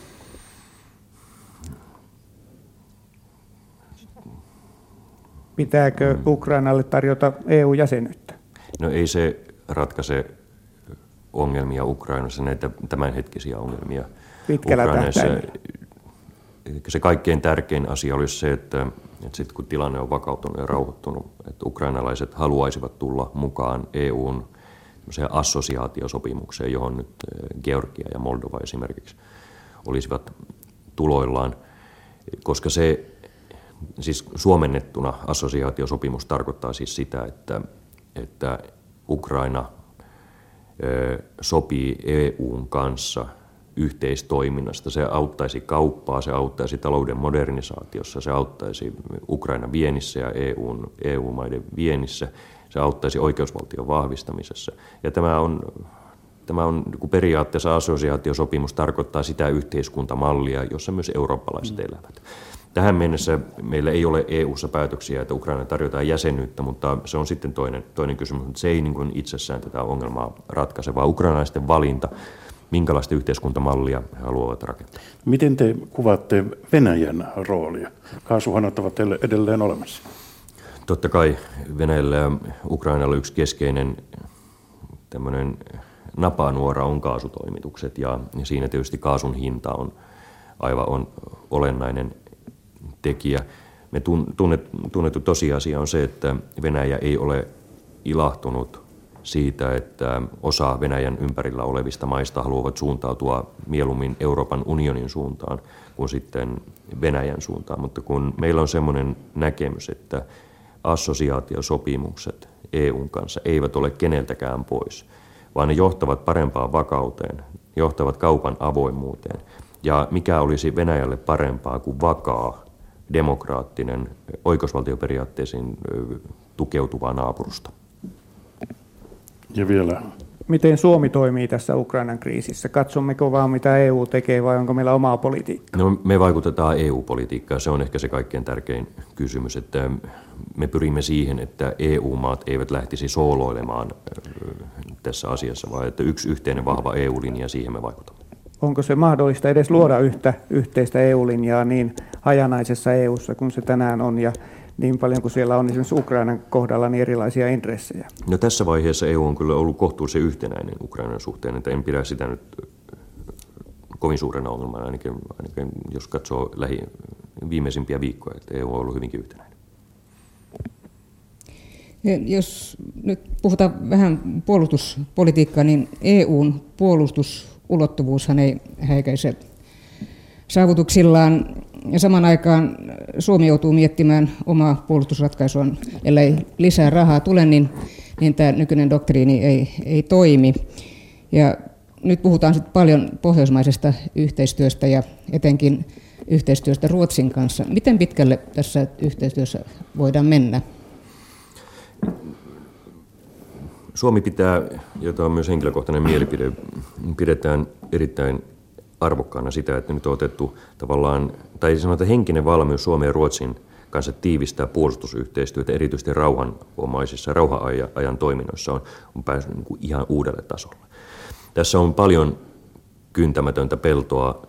Pitääkö Ukrainalle tarjota EU-jäsenyyttä? No ei se ratkaise ongelmia Ukrainassa, näitä tämänhetkisiä ongelmia pitkällä Ukrainassa. tähtäimellä. Se kaikkein tärkein asia olisi se, että sitten kun tilanne on vakautunut ja rauhoittunut, että ukrainalaiset haluaisivat tulla mukaan EUn assosiaatiosopimukseen, johon nyt Georgia ja Moldova esimerkiksi olisivat tuloillaan, koska se siis suomennettuna assosiaatiosopimus tarkoittaa siis sitä, että Ukraina sopii EUn kanssa yhteistoiminnasta. Se auttaisi kauppaa, se auttaisi talouden modernisaatiossa, se auttaisi Ukrainan viennissä ja EU-maiden viennissä, se auttaisi oikeusvaltion vahvistamisessa. Ja tämä on tämä on periaatteessa assosiaatiosopimus tarkoittaa sitä yhteiskuntamallia, jossa myös eurooppalaiset elävät. Tähän mennessä meillä ei ole EU:ssa päätöksiä, että Ukraina tarjotaan jäsenyyttä, mutta se on sitten toinen kysymys. Mutta se ei niin kuin itsessään tätä ongelmaa ratkaise, vaan ukrainalaisten valinta, minkälaista yhteiskuntamallia he haluavat rakentaa. Miten te kuvaatte Venäjän roolia? Kaasuhanat ovat edelleen olemassa. Totta kai Venäjällä ja Ukrainalla yksi keskeinen tämmöinen napanuora on kaasutoimitukset, ja siinä tietysti kaasun hinta on aivan olennainen tekijä. Me tunnettu tosiasia on se, että Venäjä ei ole ilahtunut siitä, että osa Venäjän ympärillä olevista maista haluavat suuntautua mieluummin Euroopan unionin suuntaan kuin sitten Venäjän suuntaan. Mutta kun meillä on semmoinen näkemys, että assosiaatiosopimukset EUn kanssa eivät ole keneltäkään pois, vaan ne johtavat parempaan vakauteen, johtavat kaupan avoimuuteen. Ja mikä olisi Venäjälle parempaa kuin vakaa, demokraattinen, oikeusvaltioperiaatteisiin tukeutuva naapurusto? Ja vielä. Miten Suomi toimii tässä Ukrainan kriisissä? Katsommeko vaan, mitä EU tekee, vai onko meillä omaa politiikkaa? No, me vaikutetaan EU-politiikkaan. Se on ehkä se kaikkein tärkein kysymys, että me pyrimme siihen, että EU-maat eivät lähtisi sooloilemaan tässä asiassa, vaan että yksi yhteinen vahva EU-linja, siihen me vaikutamme. Onko se mahdollista edes luoda yhtä yhteistä EU-linjaa niin hajanaisessa EU:ssa kuin se tänään on, ja niin paljon kuin siellä on esimerkiksi Ukrainan kohdalla niin erilaisia intressejä? No, tässä vaiheessa EU on kyllä ollut kohtuullisen yhtenäinen Ukrainan suhteen, että en pidä sitä nyt kovin suurena ongelmana, ainakin jos katsoo viimeisimpiä viikkoja, että EU on ollut hyvinkin yhtenäinen. Jos nyt puhutaan vähän puolustuspolitiikkaa, niin EUn puolustusulottuvuushan ei häikäise saavutuksillaan, ja saman aikaan Suomi joutuu miettimään omaa puolustusratkaisuaan, ellei lisää rahaa tule, niin tämä nykyinen doktriini ei toimi. Ja nyt puhutaan sitten paljon pohjoismaisesta yhteistyöstä ja etenkin yhteistyöstä Ruotsin kanssa. Miten pitkälle tässä yhteistyössä voidaan mennä? Suomi pitää, jota on myös henkilökohtainen mielipide, pidetään erittäin arvokkaana sitä, että nyt on otettu tavallaan, tai sanotaan henkinen valmius Suomen ja Ruotsin kanssa tiivistää puolustusyhteistyötä, erityisesti rauha-ajan toiminnoissa on päässyt niin kuin ihan uudelle tasolle. Tässä on paljon kyntämätöntä peltoa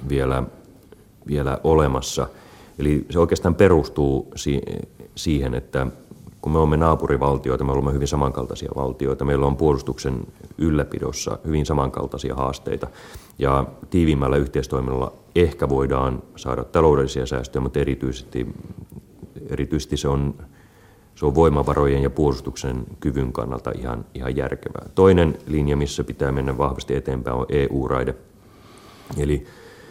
vielä olemassa, eli se oikeastaan perustuu siihen, että kun me olemme naapurivaltioita, me olemme hyvin samankaltaisia valtioita, meillä on puolustuksen ylläpidossa hyvin samankaltaisia haasteita, ja tiiviimmällä yhteistoiminnalla ehkä voidaan saada taloudellisia säästöjä, mutta erityisesti se on voimavarojen ja puolustuksen kyvyn kannalta ihan järkevää. Toinen linja, missä pitää mennä vahvasti eteenpäin, on EU-raide, eli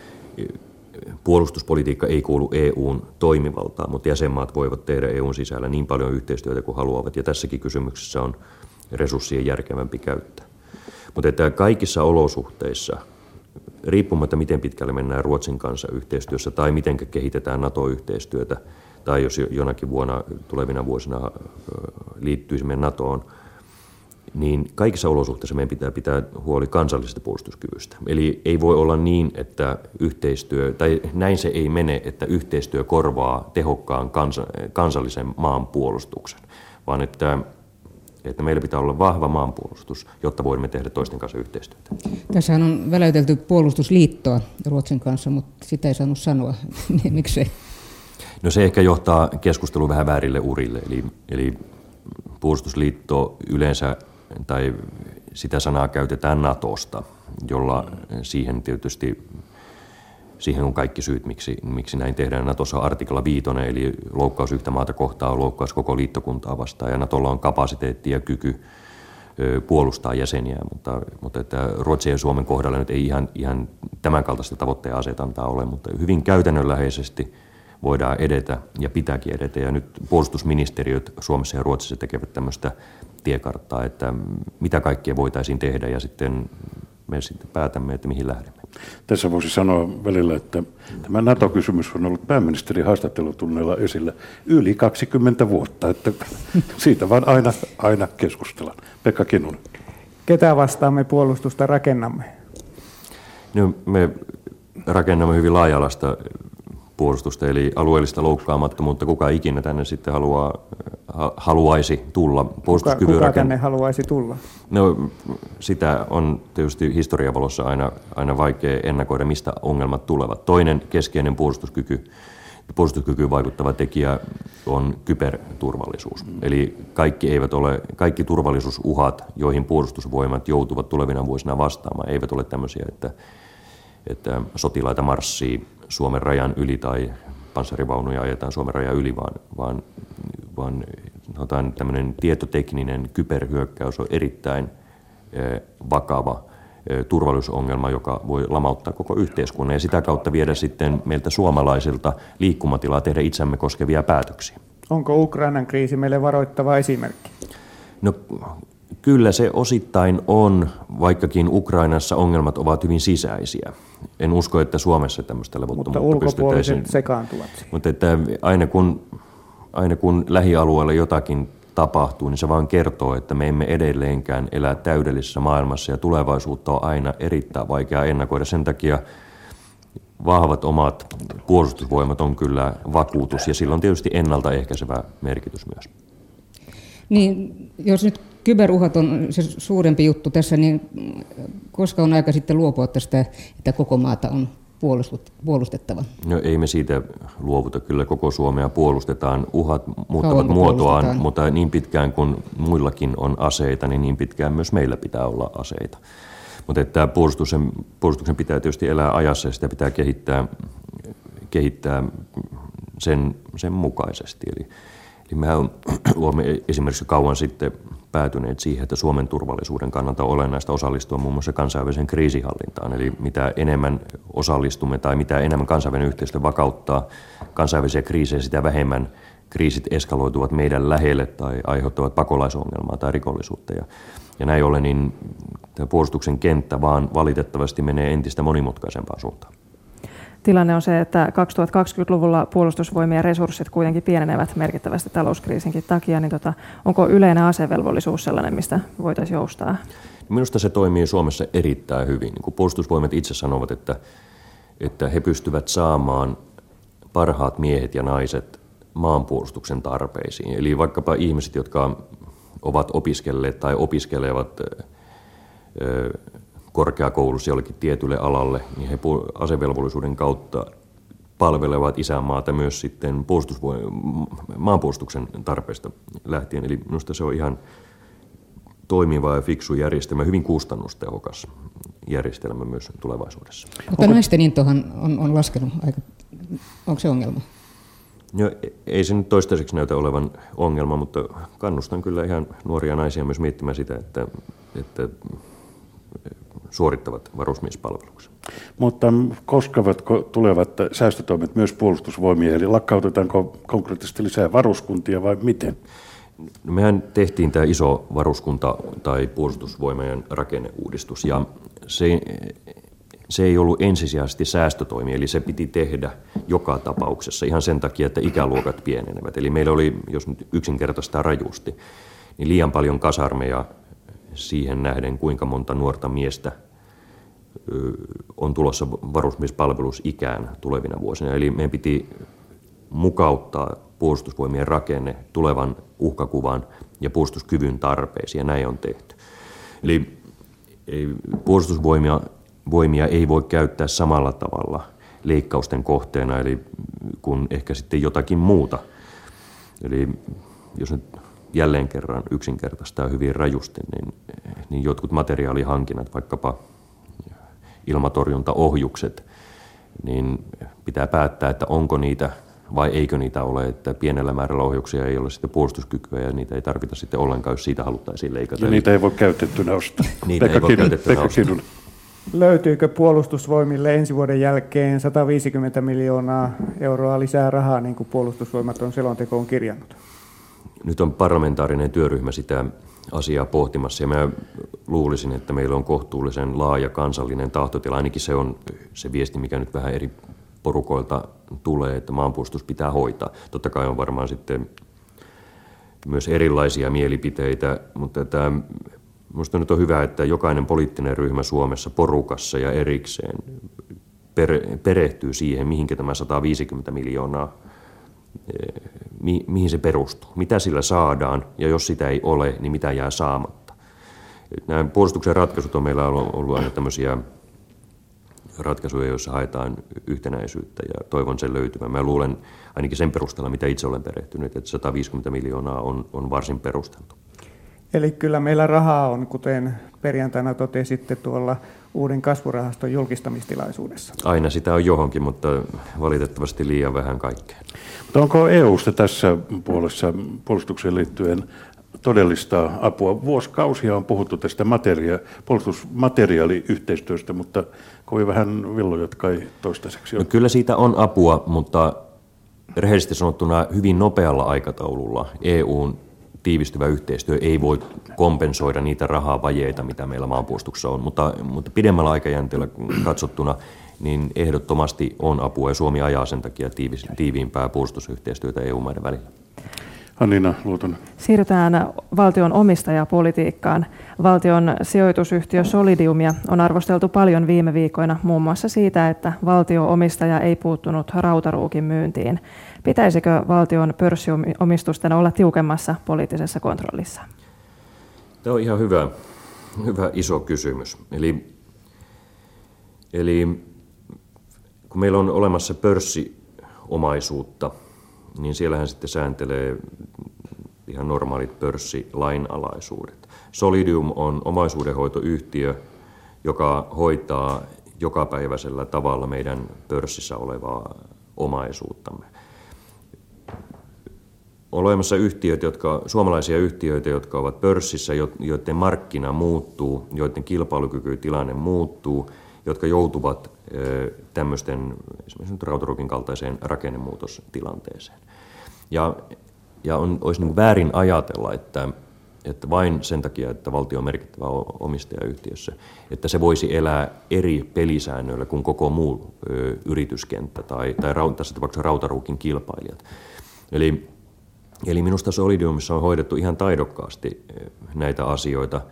puolustuspolitiikka ei kuulu EUn toimivaltaan, mutta jäsenmaat voivat tehdä EUn sisällä niin paljon yhteistyötä kuin haluavat, ja tässäkin kysymyksessä on resurssien järkevämpi käyttää. Mutta että kaikissa olosuhteissa, riippumatta miten pitkälle mennään Ruotsin kanssa yhteistyössä tai miten kehitetään NATO-yhteistyötä, tai jos jonakin vuonna tulevina vuosina liittyisimme NATOon, niin kaikissa olosuhteissa meidän pitää pitää huoli kansallisesta puolustuskyvystä. Eli ei voi olla niin, että yhteistyö, tai näin se ei mene, että yhteistyö korvaa tehokkaan kansallisen maanpuolustuksen, vaan että meillä pitää olla vahva maanpuolustus, jotta voimme tehdä toisten kanssa yhteistyötä. Tässähän on väläytelty puolustusliittoa Ruotsin kanssa, mutta sitä ei saanut sanoa. Miksei? No, se ehkä johtaa keskustelun vähän väärille urille, eli puolustusliitto yleensä, tai sitä sanaa käytetään NATOsta, jolla siihen tietysti siihen on kaikki syyt, miksi näin tehdään. NATOssa on artikla 5, eli loukkaus yhtä maata kohtaan on loukkaus koko liittokuntaa vastaan, ja NATOlla on kapasiteetti ja kyky puolustaa jäseniä, mutta että Ruotsin ja Suomen kohdalla nyt ei ihan tämän kaltaista tavoitteen asetantaa ole, mutta hyvin käytännönläheisesti voidaan edetä ja pitääkin edetä, ja nyt puolustusministeriöt Suomessa ja Ruotsissa tekevät tämmöistä tiekarttaa, että mitä kaikkea voitaisiin tehdä, ja sitten me sitten päätämme, että mihin lähdemme. Tässä voisi sanoa välillä, että tämä NATO-kysymys on ollut pääministerin haastattelutunneilla esillä yli 20 vuotta, että siitä vaan aina keskustellaan. Pekka Kinnunen. Ketä vastaan me puolustusta rakennamme? No, me rakennamme hyvin laaja-alaista puolustusta, eli alueellista loukkaamattomuutta. Kuka ikinä tänne sitten haluaisi tulla Kuka tänne haluaisi tulla? No, sitä on tietysti historian valossa aina vaikea ennakoida, mistä ongelmat tulevat. Toinen keskeinen puolustuskykyyn vaikuttava tekijä on kyberturvallisuus. Eli kaikki turvallisuusuhat, joihin puolustusvoimat joutuvat tulevina vuosina vastaamaan, eivät ole tämmöisiä, että sotilaita marssii Suomen rajan yli tai panssarivaunuja ajetaan Suomen rajan yli, vaan tämmöinen tietotekninen kyberhyökkäys on erittäin vakava turvallisuusongelma, joka voi lamauttaa koko yhteiskunnan ja sitä kautta viedä sitten meiltä suomalaisilta liikkumatilaa tehdä itseämme koskevia päätöksiä. Onko Ukrainan kriisi meille varoittava esimerkki? No, kyllä se osittain on, vaikkakin Ukrainassa ongelmat ovat hyvin sisäisiä. En usko, että Suomessa tämmöistä levottomuutta pystyttäisiin. Mutta ulkopuoliset sekaantuvat. Mutta että aina kun lähialueella jotakin tapahtuu, niin se vaan kertoo, että me emme edelleenkään elä täydellisessä maailmassa ja tulevaisuutta on aina erittäin vaikea ennakoida. Sen takia vahvat omat puolustusvoimat on kyllä vakuutus ja sillä on tietysti ennaltaehkäisevä merkitys myös. Niin, jos nyt kyberuhat on se suurempi juttu tässä, niin koska on aika sitten luopua tästä, että koko maata on puolustettava? No ei me siitä luovuta. Kyllä koko Suomea puolustetaan. Uhat muuttavat muotoaan, mutta niin pitkään kuin muillakin on aseita, niin pitkään myös meillä pitää olla aseita. Mutta että puolustuksen pitää tietysti elää ajassa ja sitä pitää kehittää sen mukaisesti. Eli mehän olemme esimerkiksi kauan sitten päätyneet siihen, että Suomen turvallisuuden kannalta on olennaista osallistua muun muassa kansainväliseen kriisinhallintaan. Eli mitä enemmän osallistumme tai mitä enemmän kansainvälinen yhteistyö vakauttaa kansainvälisiä kriisejä, sitä vähemmän kriisit eskaloituvat meidän lähelle tai aiheuttavat pakolaisongelmaa tai rikollisuutta. Ja näin ollen niin puolustuksen kenttä vaan valitettavasti menee entistä monimutkaisempaan suuntaan. Tilanne on se, että 2020-luvulla puolustusvoimien resurssit kuitenkin pienenevät merkittävästi talouskriisinkin takia, niin onko yleinen asevelvollisuus sellainen, mistä voitaisiin joustaa? Minusta se toimii Suomessa erittäin hyvin. Niin kuin puolustusvoimat itse sanovat, että he pystyvät saamaan parhaat miehet ja naiset maanpuolustuksen tarpeisiin. Eli vaikkapa ihmiset, jotka ovat opiskelleet tai opiskelevat korkeakoulussa jollekin tietylle alalle, niin he asevelvollisuuden kautta palvelevat isänmaata myös sitten maanpuolustuksen tarpeesta lähtien. Eli minusta se on ihan toimiva ja fiksu järjestelmä, hyvin kustannustehokas järjestelmä myös tulevaisuudessa. Mutta naisten intohan on laskenut aika. Onko se ongelma? No, ei se nyt toistaiseksi näytä olevan ongelma, mutta kannustan kyllä ihan nuoria naisia myös miettimään sitä, että suorittavat varusmiespalveluksen. Mutta koskevatko tulevat säästötoimet myös puolustusvoimia, eli lakkautetaanko konkreettisesti lisää varuskuntia vai miten? No, mehän tehtiin tämä iso varuskunta- tai puolustusvoimien rakenneuudistus, ja se ei ollut ensisijaisesti säästötoimi, eli se piti tehdä joka tapauksessa ihan sen takia, että ikäluokat pienenevät. Eli meillä oli, jos nyt yksinkertaistaa rajusti, niin liian paljon kasarmeja siihen nähden, kuinka monta nuorta miestä on tulossa varusmiespalvelusikään tulevina vuosina. Eli meidän piti mukauttaa puolustusvoimien rakenne tulevan uhkakuvan ja puolustuskyvyn tarpeisiin, ja näin on tehty. Eli puolustusvoimia ei voi käyttää samalla tavalla leikkausten kohteena, eli kun ehkä sitten jotakin muuta. Eli jos nyt jälleen kerran yksinkertaistaa hyvin rajusti, niin jotkut materiaalihankinnat, vaikkapa ilmatorjuntaohjukset, niin pitää päättää, että onko niitä vai eikö niitä ole, että pienellä määrällä ohjuksia ei ole sitten puolustuskykyä ja niitä ei tarvita sitten ollenkaan, jos siitä haluttaisiin leikata. Ja niitä ei voi käytettynä ostaa. Löytyykö puolustusvoimille ensi vuoden jälkeen 150 miljoonaa euroa lisää rahaa, niin kuin puolustusvoimat on selontekoon kirjannut? Nyt on parlamentaarinen työryhmä sitä asiaa pohtimassa ja mä luulisin, että meillä on kohtuullisen laaja kansallinen tahtotila. Ainakin se on se viesti, mikä nyt vähän eri porukoilta tulee, että maanpuolustus pitää hoitaa. Totta kai on varmaan sitten myös erilaisia mielipiteitä, mutta Minusta nyt on hyvä, että jokainen poliittinen ryhmä Suomessa porukassa ja erikseen perehtyy siihen, mihinkä tämä 150 miljoonaa, mihin se perustuu, mitä sillä saadaan, ja jos sitä ei ole, niin mitä jää saamatta. Nämä puolustuksen ratkaisut on meillä ollut aina tämmöisiä ratkaisuja, joissa haetaan yhtenäisyyttä, ja toivon sen löytyvän. Mä luulen ainakin sen perusteella, mitä itse olen perehtynyt, että 150 miljoonaa on varsin perusteltu. Eli kyllä meillä rahaa on, kuten perjantaina totesitte tuolla uuden kasvurahaston julkistamistilaisuudessa. Aina sitä on johonkin, mutta valitettavasti liian vähän kaikkea. Mutta onko EU:sta tässä puolessa puolustukseen liittyen todellista apua? Vuosikausia on puhuttu tästä puolustusmateriaaliyhteistyöstä, mutta kovin vähän villoja kai toistaiseksi on. No kyllä siitä on apua, mutta rehellisesti sanottuna hyvin nopealla aikataululla EUn tiivistyvä yhteistyö ei voi kompensoida niitä rahavajeita, mitä meillä maanpuolustuksessa on, mutta pidemmällä aikajänteellä katsottuna niin ehdottomasti on apua, ja Suomi ajaa sen takia tiiviimpää puolustusyhteistyötä EU-maiden välillä. Hanniina Luotonen. Siirrytään valtion omistajapolitiikkaan. Valtion sijoitusyhtiö Solidiumia on arvosteltu paljon viime viikoina muun muassa siitä, että valtio-omistaja ei puuttunut Rautaruukin myyntiin. Pitäisikö valtion pörssiomistusten olla tiukemmassa poliittisessa kontrollissa? Tämä on ihan hyvä iso kysymys. Eli kun meillä on olemassa pörssiomaisuutta, niin siellähän sitten sääntelee ihan normaalit pörssilainalaisuudet. Solidium on omaisuudenhoitoyhtiö, joka hoitaa jokapäiväisellä tavalla meidän pörssissä olevaa omaisuuttamme. On olemassa suomalaisia yhtiöitä, jotka ovat pörssissä, joiden markkina muuttuu, joiden kilpailukykytilanne muuttuu, jotka joutuvat tämmöisten esimerkiksi Rautaruukin kaltaiseen rakennemuutostilanteeseen. Ja olisi niin väärin ajatella, että vain sen takia, että valtio on merkittävä omistajayhtiössä, että se voisi elää eri pelisäännöillä kuin koko muu yrityskenttä tai tässä tapauksessa Rautaruukin kilpailijat. Eli minusta Solidiumissa on hoidettu ihan taidokkaasti näitä asioita,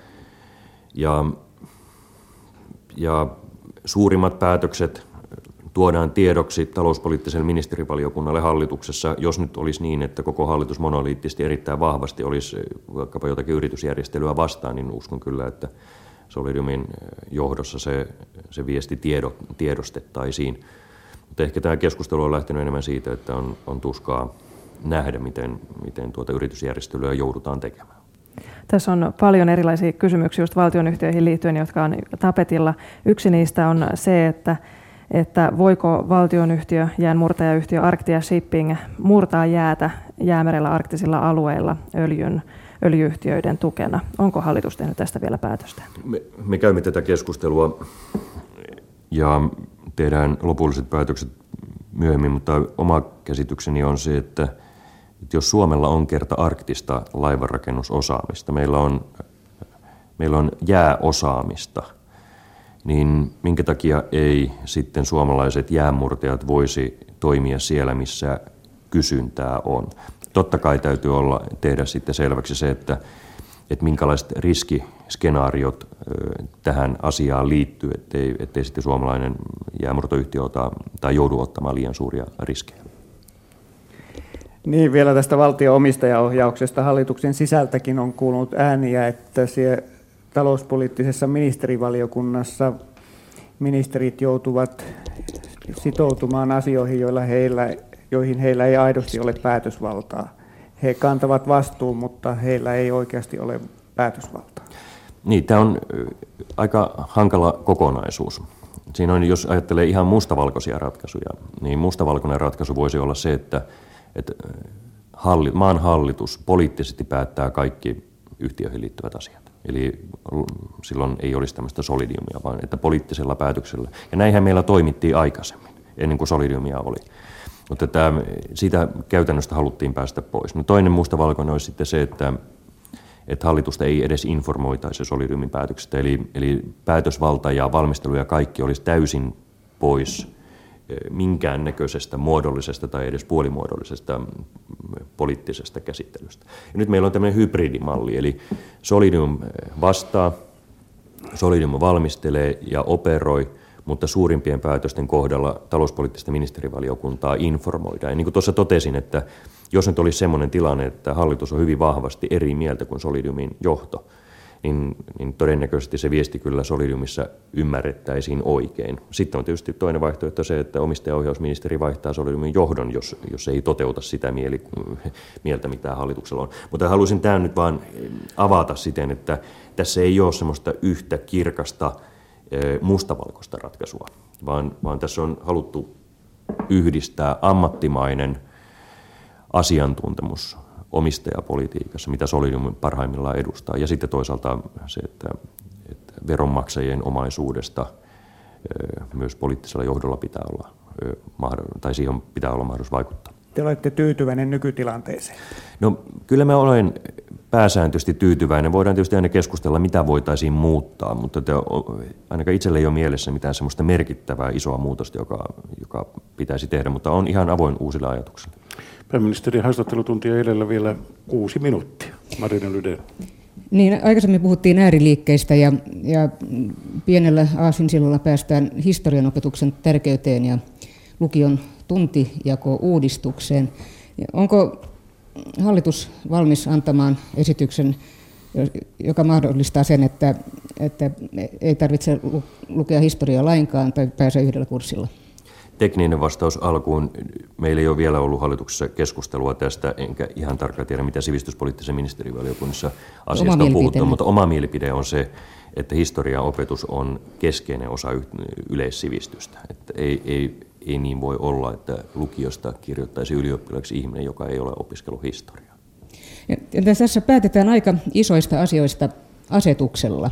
ja suurimmat päätökset tuodaan tiedoksi talouspoliittiselle ministerivaliokunnalle hallituksessa. Jos nyt olisi niin, että koko hallitus monoliittisesti erittäin vahvasti olisi vaikkapa jotakin yritysjärjestelyä vastaan, niin uskon kyllä, että Solidiumin johdossa se viesti tiedostettaisiin. Mutta ehkä tämä keskustelu on lähtenyt enemmän siitä, että on tuskaa nähdä, miten tuota yritysjärjestelyä joudutaan tekemään. Tässä on paljon erilaisia kysymyksiä just valtionyhtiöihin liittyen, jotka on tapetilla. Yksi niistä on se, että voiko valtionyhtiö, jäänmurtajayhtiö Arctia Shipping murtaa jäätä Jäämerellä arktisilla alueilla öljyyhtiöiden tukena. Onko hallitus tehnyt tästä vielä päätöstä? Me käymme tätä keskustelua ja tehdään lopulliset päätökset myöhemmin, mutta oma käsitykseni on se, että jos Suomella on kerta arktista laivanrakennusosaamista, meillä on jääosaamista, niin minkä takia ei sitten suomalaiset jäänmurtajat voisi toimia siellä, missä kysyntää on. Totta kai täytyy tehdä sitten selväksi se, että minkälaiset riskiskenaariot tähän asiaan liittyy, ettei sitten suomalainen jäänmurtoyhtiö joudu ottamaan liian suuria riskejä. Niin, vielä tästä valtio-omistajaohjauksesta. Hallituksen sisältäkin on kuulunut ääniä, että siellä talouspoliittisessa ministerivaliokunnassa ministerit joutuvat sitoutumaan asioihin, joihin heillä ei aidosti ole päätösvaltaa. He kantavat vastuun, mutta heillä ei oikeasti ole päätösvaltaa. Niin, tämä on aika hankala kokonaisuus. Siinä on, jos ajattelee ihan mustavalkoisia ratkaisuja, niin mustavalkoinen ratkaisu voisi olla se, että maan hallitus poliittisesti päättää kaikki yhtiöihin liittyvät asiat. Eli silloin ei olisi tämmöistä Solidiumia, vaan että poliittisella päätöksellä. Ja näinhän meillä toimittiin aikaisemmin, ennen kuin Solidiumia oli. Mutta siitä käytännöstä haluttiin päästä pois. No toinen mustavalkoinen olisi sitten se, että hallitusta ei edes informoitaisi Solidiumin päätöksestä. Eli päätösvalta ja valmistelu ja kaikki olisi täysin pois minkäännäköisestä muodollisesta tai edes puolimuodollisesta poliittisesta käsittelystä. Ja nyt meillä on tämmöinen hybridimalli, eli Solidium vastaa, Solidium valmistelee ja operoi, mutta suurimpien päätösten kohdalla talouspoliittista ministerivaliokuntaa informoidaan. Ja niin kuin tuossa totesin, että jos nyt olisi semmoinen tilanne, että hallitus on hyvin vahvasti eri mieltä kuin Solidiumin johto, niin todennäköisesti se viesti kyllä Solidiumissa ymmärrettäisiin oikein. Sitten on tietysti toinen vaihtoehto se, että omistajaohjausministeri vaihtaa Solidiumin johdon, jos ei toteuta sitä mieltä, mitä hallituksella on. Mutta haluaisin tämän nyt vaan avata siten, että tässä ei ole semmoista yhtä kirkasta mustavalkoista ratkaisua, vaan tässä on haluttu yhdistää ammattimainen asiantuntemus omistajapolitiikassa, mitä Solidium parhaimmillaan edustaa, ja sitten toisaalta se, että veronmaksajien omaisuudesta myös poliittisella johdolla pitää olla, tai siihen pitää olla mahdollisuus vaikuttaa. Te olette tyytyväinen nykytilanteeseen? No kyllä mä olen pääsääntöisesti tyytyväinen. Voidaan tietysti aina keskustella, mitä voitaisiin muuttaa, mutta ainakaan itselle ei ole mielessä mitään semmoista merkittävää isoa muutosta, joka pitäisi tehdä, mutta on ihan avoin uusille ajatuksille. Pääministerin haastattelutuntia edellä vielä 6 minuuttia. Marina Lydén. Niin, aikaisemmin puhuttiin ääriliikkeistä ja pienellä aasinsillalla päästään historian opetuksen tärkeyteen ja lukion tuntijako-uudistukseen. Onko hallitus valmis antamaan esityksen, joka mahdollistaa sen, että ei tarvitse lukea historiaa lainkaan tai pääsee yhdellä kurssilla? Tekninen vastaus alkuun. Meillä ei ole vielä ollut hallituksessa keskustelua tästä, enkä ihan tarkkaan tiedä, mitä sivistyspoliittisen ministerivaliokunnassa asiasta on puhuttu, mutta oma mielipide on se, että historian opetus on keskeinen osa yleissivistystä. Että ei niin voi olla, että lukiosta kirjoittaisi ylioppilaaksi ihminen, joka ei ole opiskellut historiaa. Ja tässä päätetään aika isoista asioista asetuksella.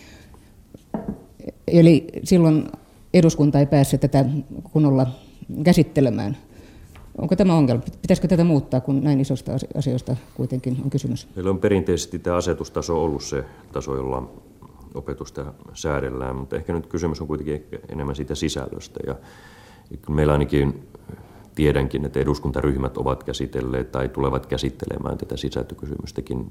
Eli silloin eduskunta ei pääse tätä kunnolla käsittelemään. Onko tämä ongelma? Pitäisikö tätä muuttaa, kun näin isoista asioista kuitenkin on kysymys? Meillä on perinteisesti tämä asetustaso ollut se taso, jolla opetusta säädellään, mutta ehkä nyt kysymys on kuitenkin enemmän siitä sisällöstä. Ja meillä ainakin tiedänkin, että eduskuntaryhmät ovat käsitelleet tai tulevat käsittelemään tätä sisältökysymystäkin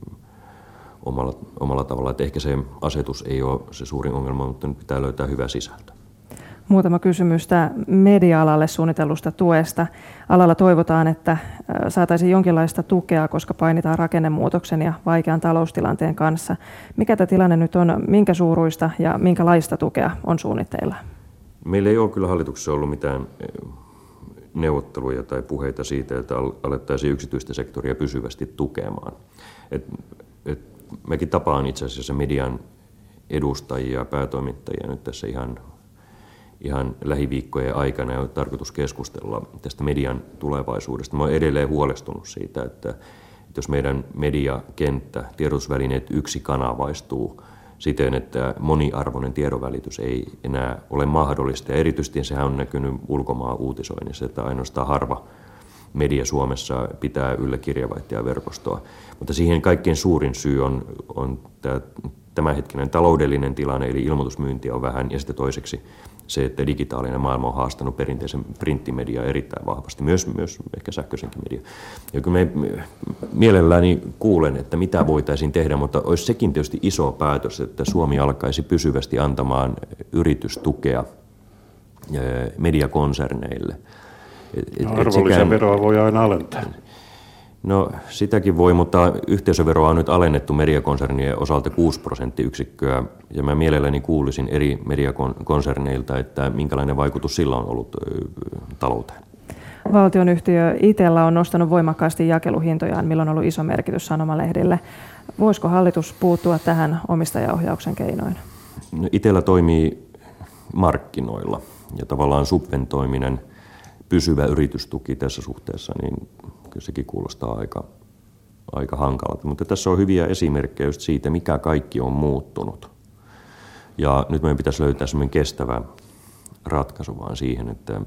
omalla tavalla. Että ehkä se asetus ei ole se suurin ongelma, mutta nyt pitää löytää hyvä sisältö. Muutama kysymystä media-alalle suunnitellusta tuesta. Alalla toivotaan, että saataisiin jonkinlaista tukea, koska painitaan rakennemuutoksen ja vaikean taloustilanteen kanssa. Mikä tämä tilanne nyt on, minkä suuruista ja minkälaista tukea on suunnitteilla? Meillä ei ole kyllä hallituksessa ollut mitään neuvotteluja tai puheita siitä, että alettaisiin yksityistä sektoria pysyvästi tukemaan. Mäkin tapaan itse asiassa median edustajia ja päätoimittajia nyt tässä ihan lähiviikkojen aikana ja on tarkoitus keskustella tästä median tulevaisuudesta. Mä olen edelleen huolestunut siitä, että jos meidän mediakenttä, tiedotusvälineet yksikanavaistuu siten, että moniarvoinen tiedonvälitys ei enää ole mahdollista. Ja erityisesti sehän on näkynyt ulkomaan uutisoinnissa, että ainoastaan harva media Suomessa pitää yllä kirjavaihtajaverkostoa. Mutta siihen kaikkein suurin syy on tämänhetkinen taloudellinen tilanne, eli ilmoitusmyyntiä on vähän, ja sitten toiseksi se, että digitaalinen maailma on haastanut perinteisen printtimediaa erittäin vahvasti, myös ehkä sähköisenkin media. Ja kyllä mielelläni kuulen, että mitä voitaisiin tehdä, mutta olisi sekin tietysti iso päätös, että Suomi alkaisi pysyvästi antamaan yritystukea mediakonserneille. Arvonlisäveroa voi aina alentaa. No sitäkin voi, mutta yhteisöveroa on nyt alennettu mediakonsernien osalta 6%, ja mä mielelläni kuulisin eri mediakonserneilta, että minkälainen vaikutus sillä on ollut talouteen. Valtionyhtiö Itella on nostanut voimakkaasti jakeluhintojaan, millä on ollut iso merkitys sanomalehdille. Voisiko hallitus puuttua tähän omistajaohjauksen keinoin? No, Itella toimii markkinoilla ja tavallaan subventoiminen pysyvä yritystuki tässä suhteessa, niin kyllä sekin kuulostaa aika hankalalta. Mutta tässä on hyviä esimerkkejä just siitä, mikä kaikki on muuttunut. Ja nyt meidän pitäisi löytää semmoinen kestävä ratkaisu vaan siihen, että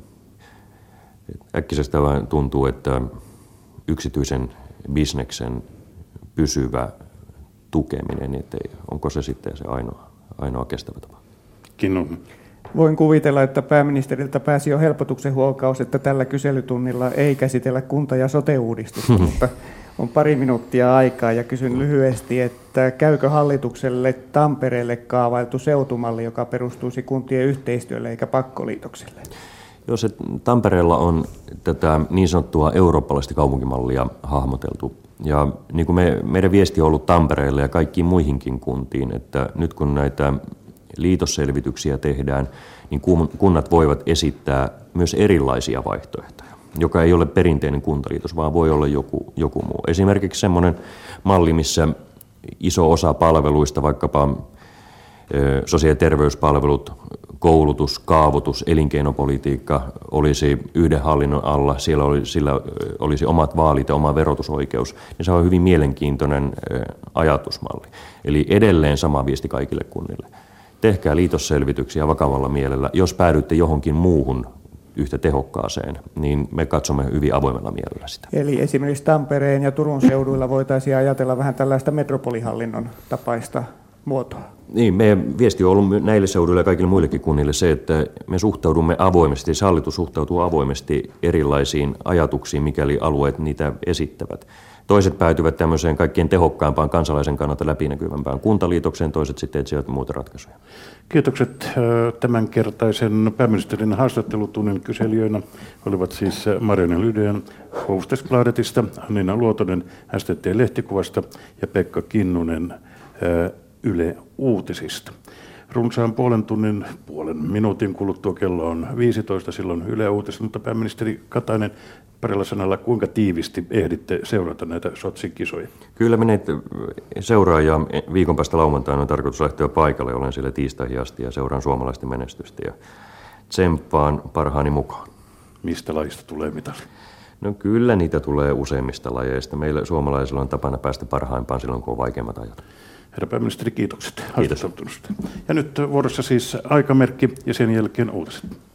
äkkisestä vaan tuntuu, että yksityisen bisneksen pysyvä tukeminen, että onko se sitten se ainoa kestävä tapa? Kinnunen. Voin kuvitella, että pääministeriltä pääsi jo helpotuksen huokaus, että tällä kyselytunnilla ei käsitellä kunta- ja sote-uudistusta, mutta on 2 minuuttia aikaa ja kysyn lyhyesti, että käykö hallitukselle Tampereelle kaavailtu seutumalli, joka perustuisi kuntien yhteistyölle eikä pakkoliitokselle? Jos Tampereella on tätä niin sanottua eurooppalaista kaupunkimallia hahmoteltu, ja niin kuin meidän viesti on ollut Tampereelle ja kaikkiin muihinkin kuntiin, että nyt kun näitä liitosselvityksiä tehdään, niin kunnat voivat esittää myös erilaisia vaihtoehtoja, joka ei ole perinteinen kuntaliitos, vaan voi olla joku muu. Esimerkiksi semmoinen malli, missä iso osa palveluista, vaikkapa sosiaali- ja terveyspalvelut, koulutus, kaavoitus, elinkeinopolitiikka olisi yhden hallinnon alla, sillä olisi omat vaalit ja oma verotusoikeus, niin se on hyvin mielenkiintoinen ajatusmalli. Eli edelleen sama viesti kaikille kunnille. Tehkää liitosselvityksiä vakavalla mielellä. Jos päädytte johonkin muuhun yhtä tehokkaaseen, niin me katsomme hyvin avoimella mielellä sitä. Eli esimerkiksi Tampereen ja Turun seuduilla voitaisiin ajatella vähän tällaista metropolihallinnon tapaista muotoa. Niin, meidän viesti on ollut näille seuduille ja kaikille muillekin kunnille se, että me suhtaudumme avoimesti, hallitus suhtautuu avoimesti erilaisiin ajatuksiin, mikäli alueet niitä esittävät. Toiset päätyvät tämmöiseen kaikkein tehokkaampaan kansalaisen kannalta läpinäkyvämpään kuntaliitokseen, toiset sitten etsivät muita ratkaisuja. Kiitokset tämänkertaisen pääministerin haastattelutunnin kyselijöinä olivat siis Marianne Lydén Hufvudstadsbladetista, Nina Luotonen STT-lehtikuvasta ja Pekka Kinnunen Yle Uutisista. Runsaan puolen minuutin kuluttua kello on 15, silloin Yle Uutiset, mutta pääministeri Katainen, parilla sanalla, kuinka tiivisti ehditte seurata näitä Sotsin kisoja? Kyllä minä seuraan ja viikon päästä lauantaina on tarkoitus lähteä paikalle. Olen siellä tiistaihin asti ja seuraan suomalaisten menestystä ja tsemppaan parhaani mukaan. Mistä lajista tulee mitali? No kyllä niitä tulee useimmista lajeista. Meillä suomalaisilla on tapana päästä parhaimpaan silloin, kun on vaikeimmat ajat. Herra pääministeri, kiitokset. Kiitos. Ja nyt vuorossa siis aikamerkki ja sen jälkeen uutiset.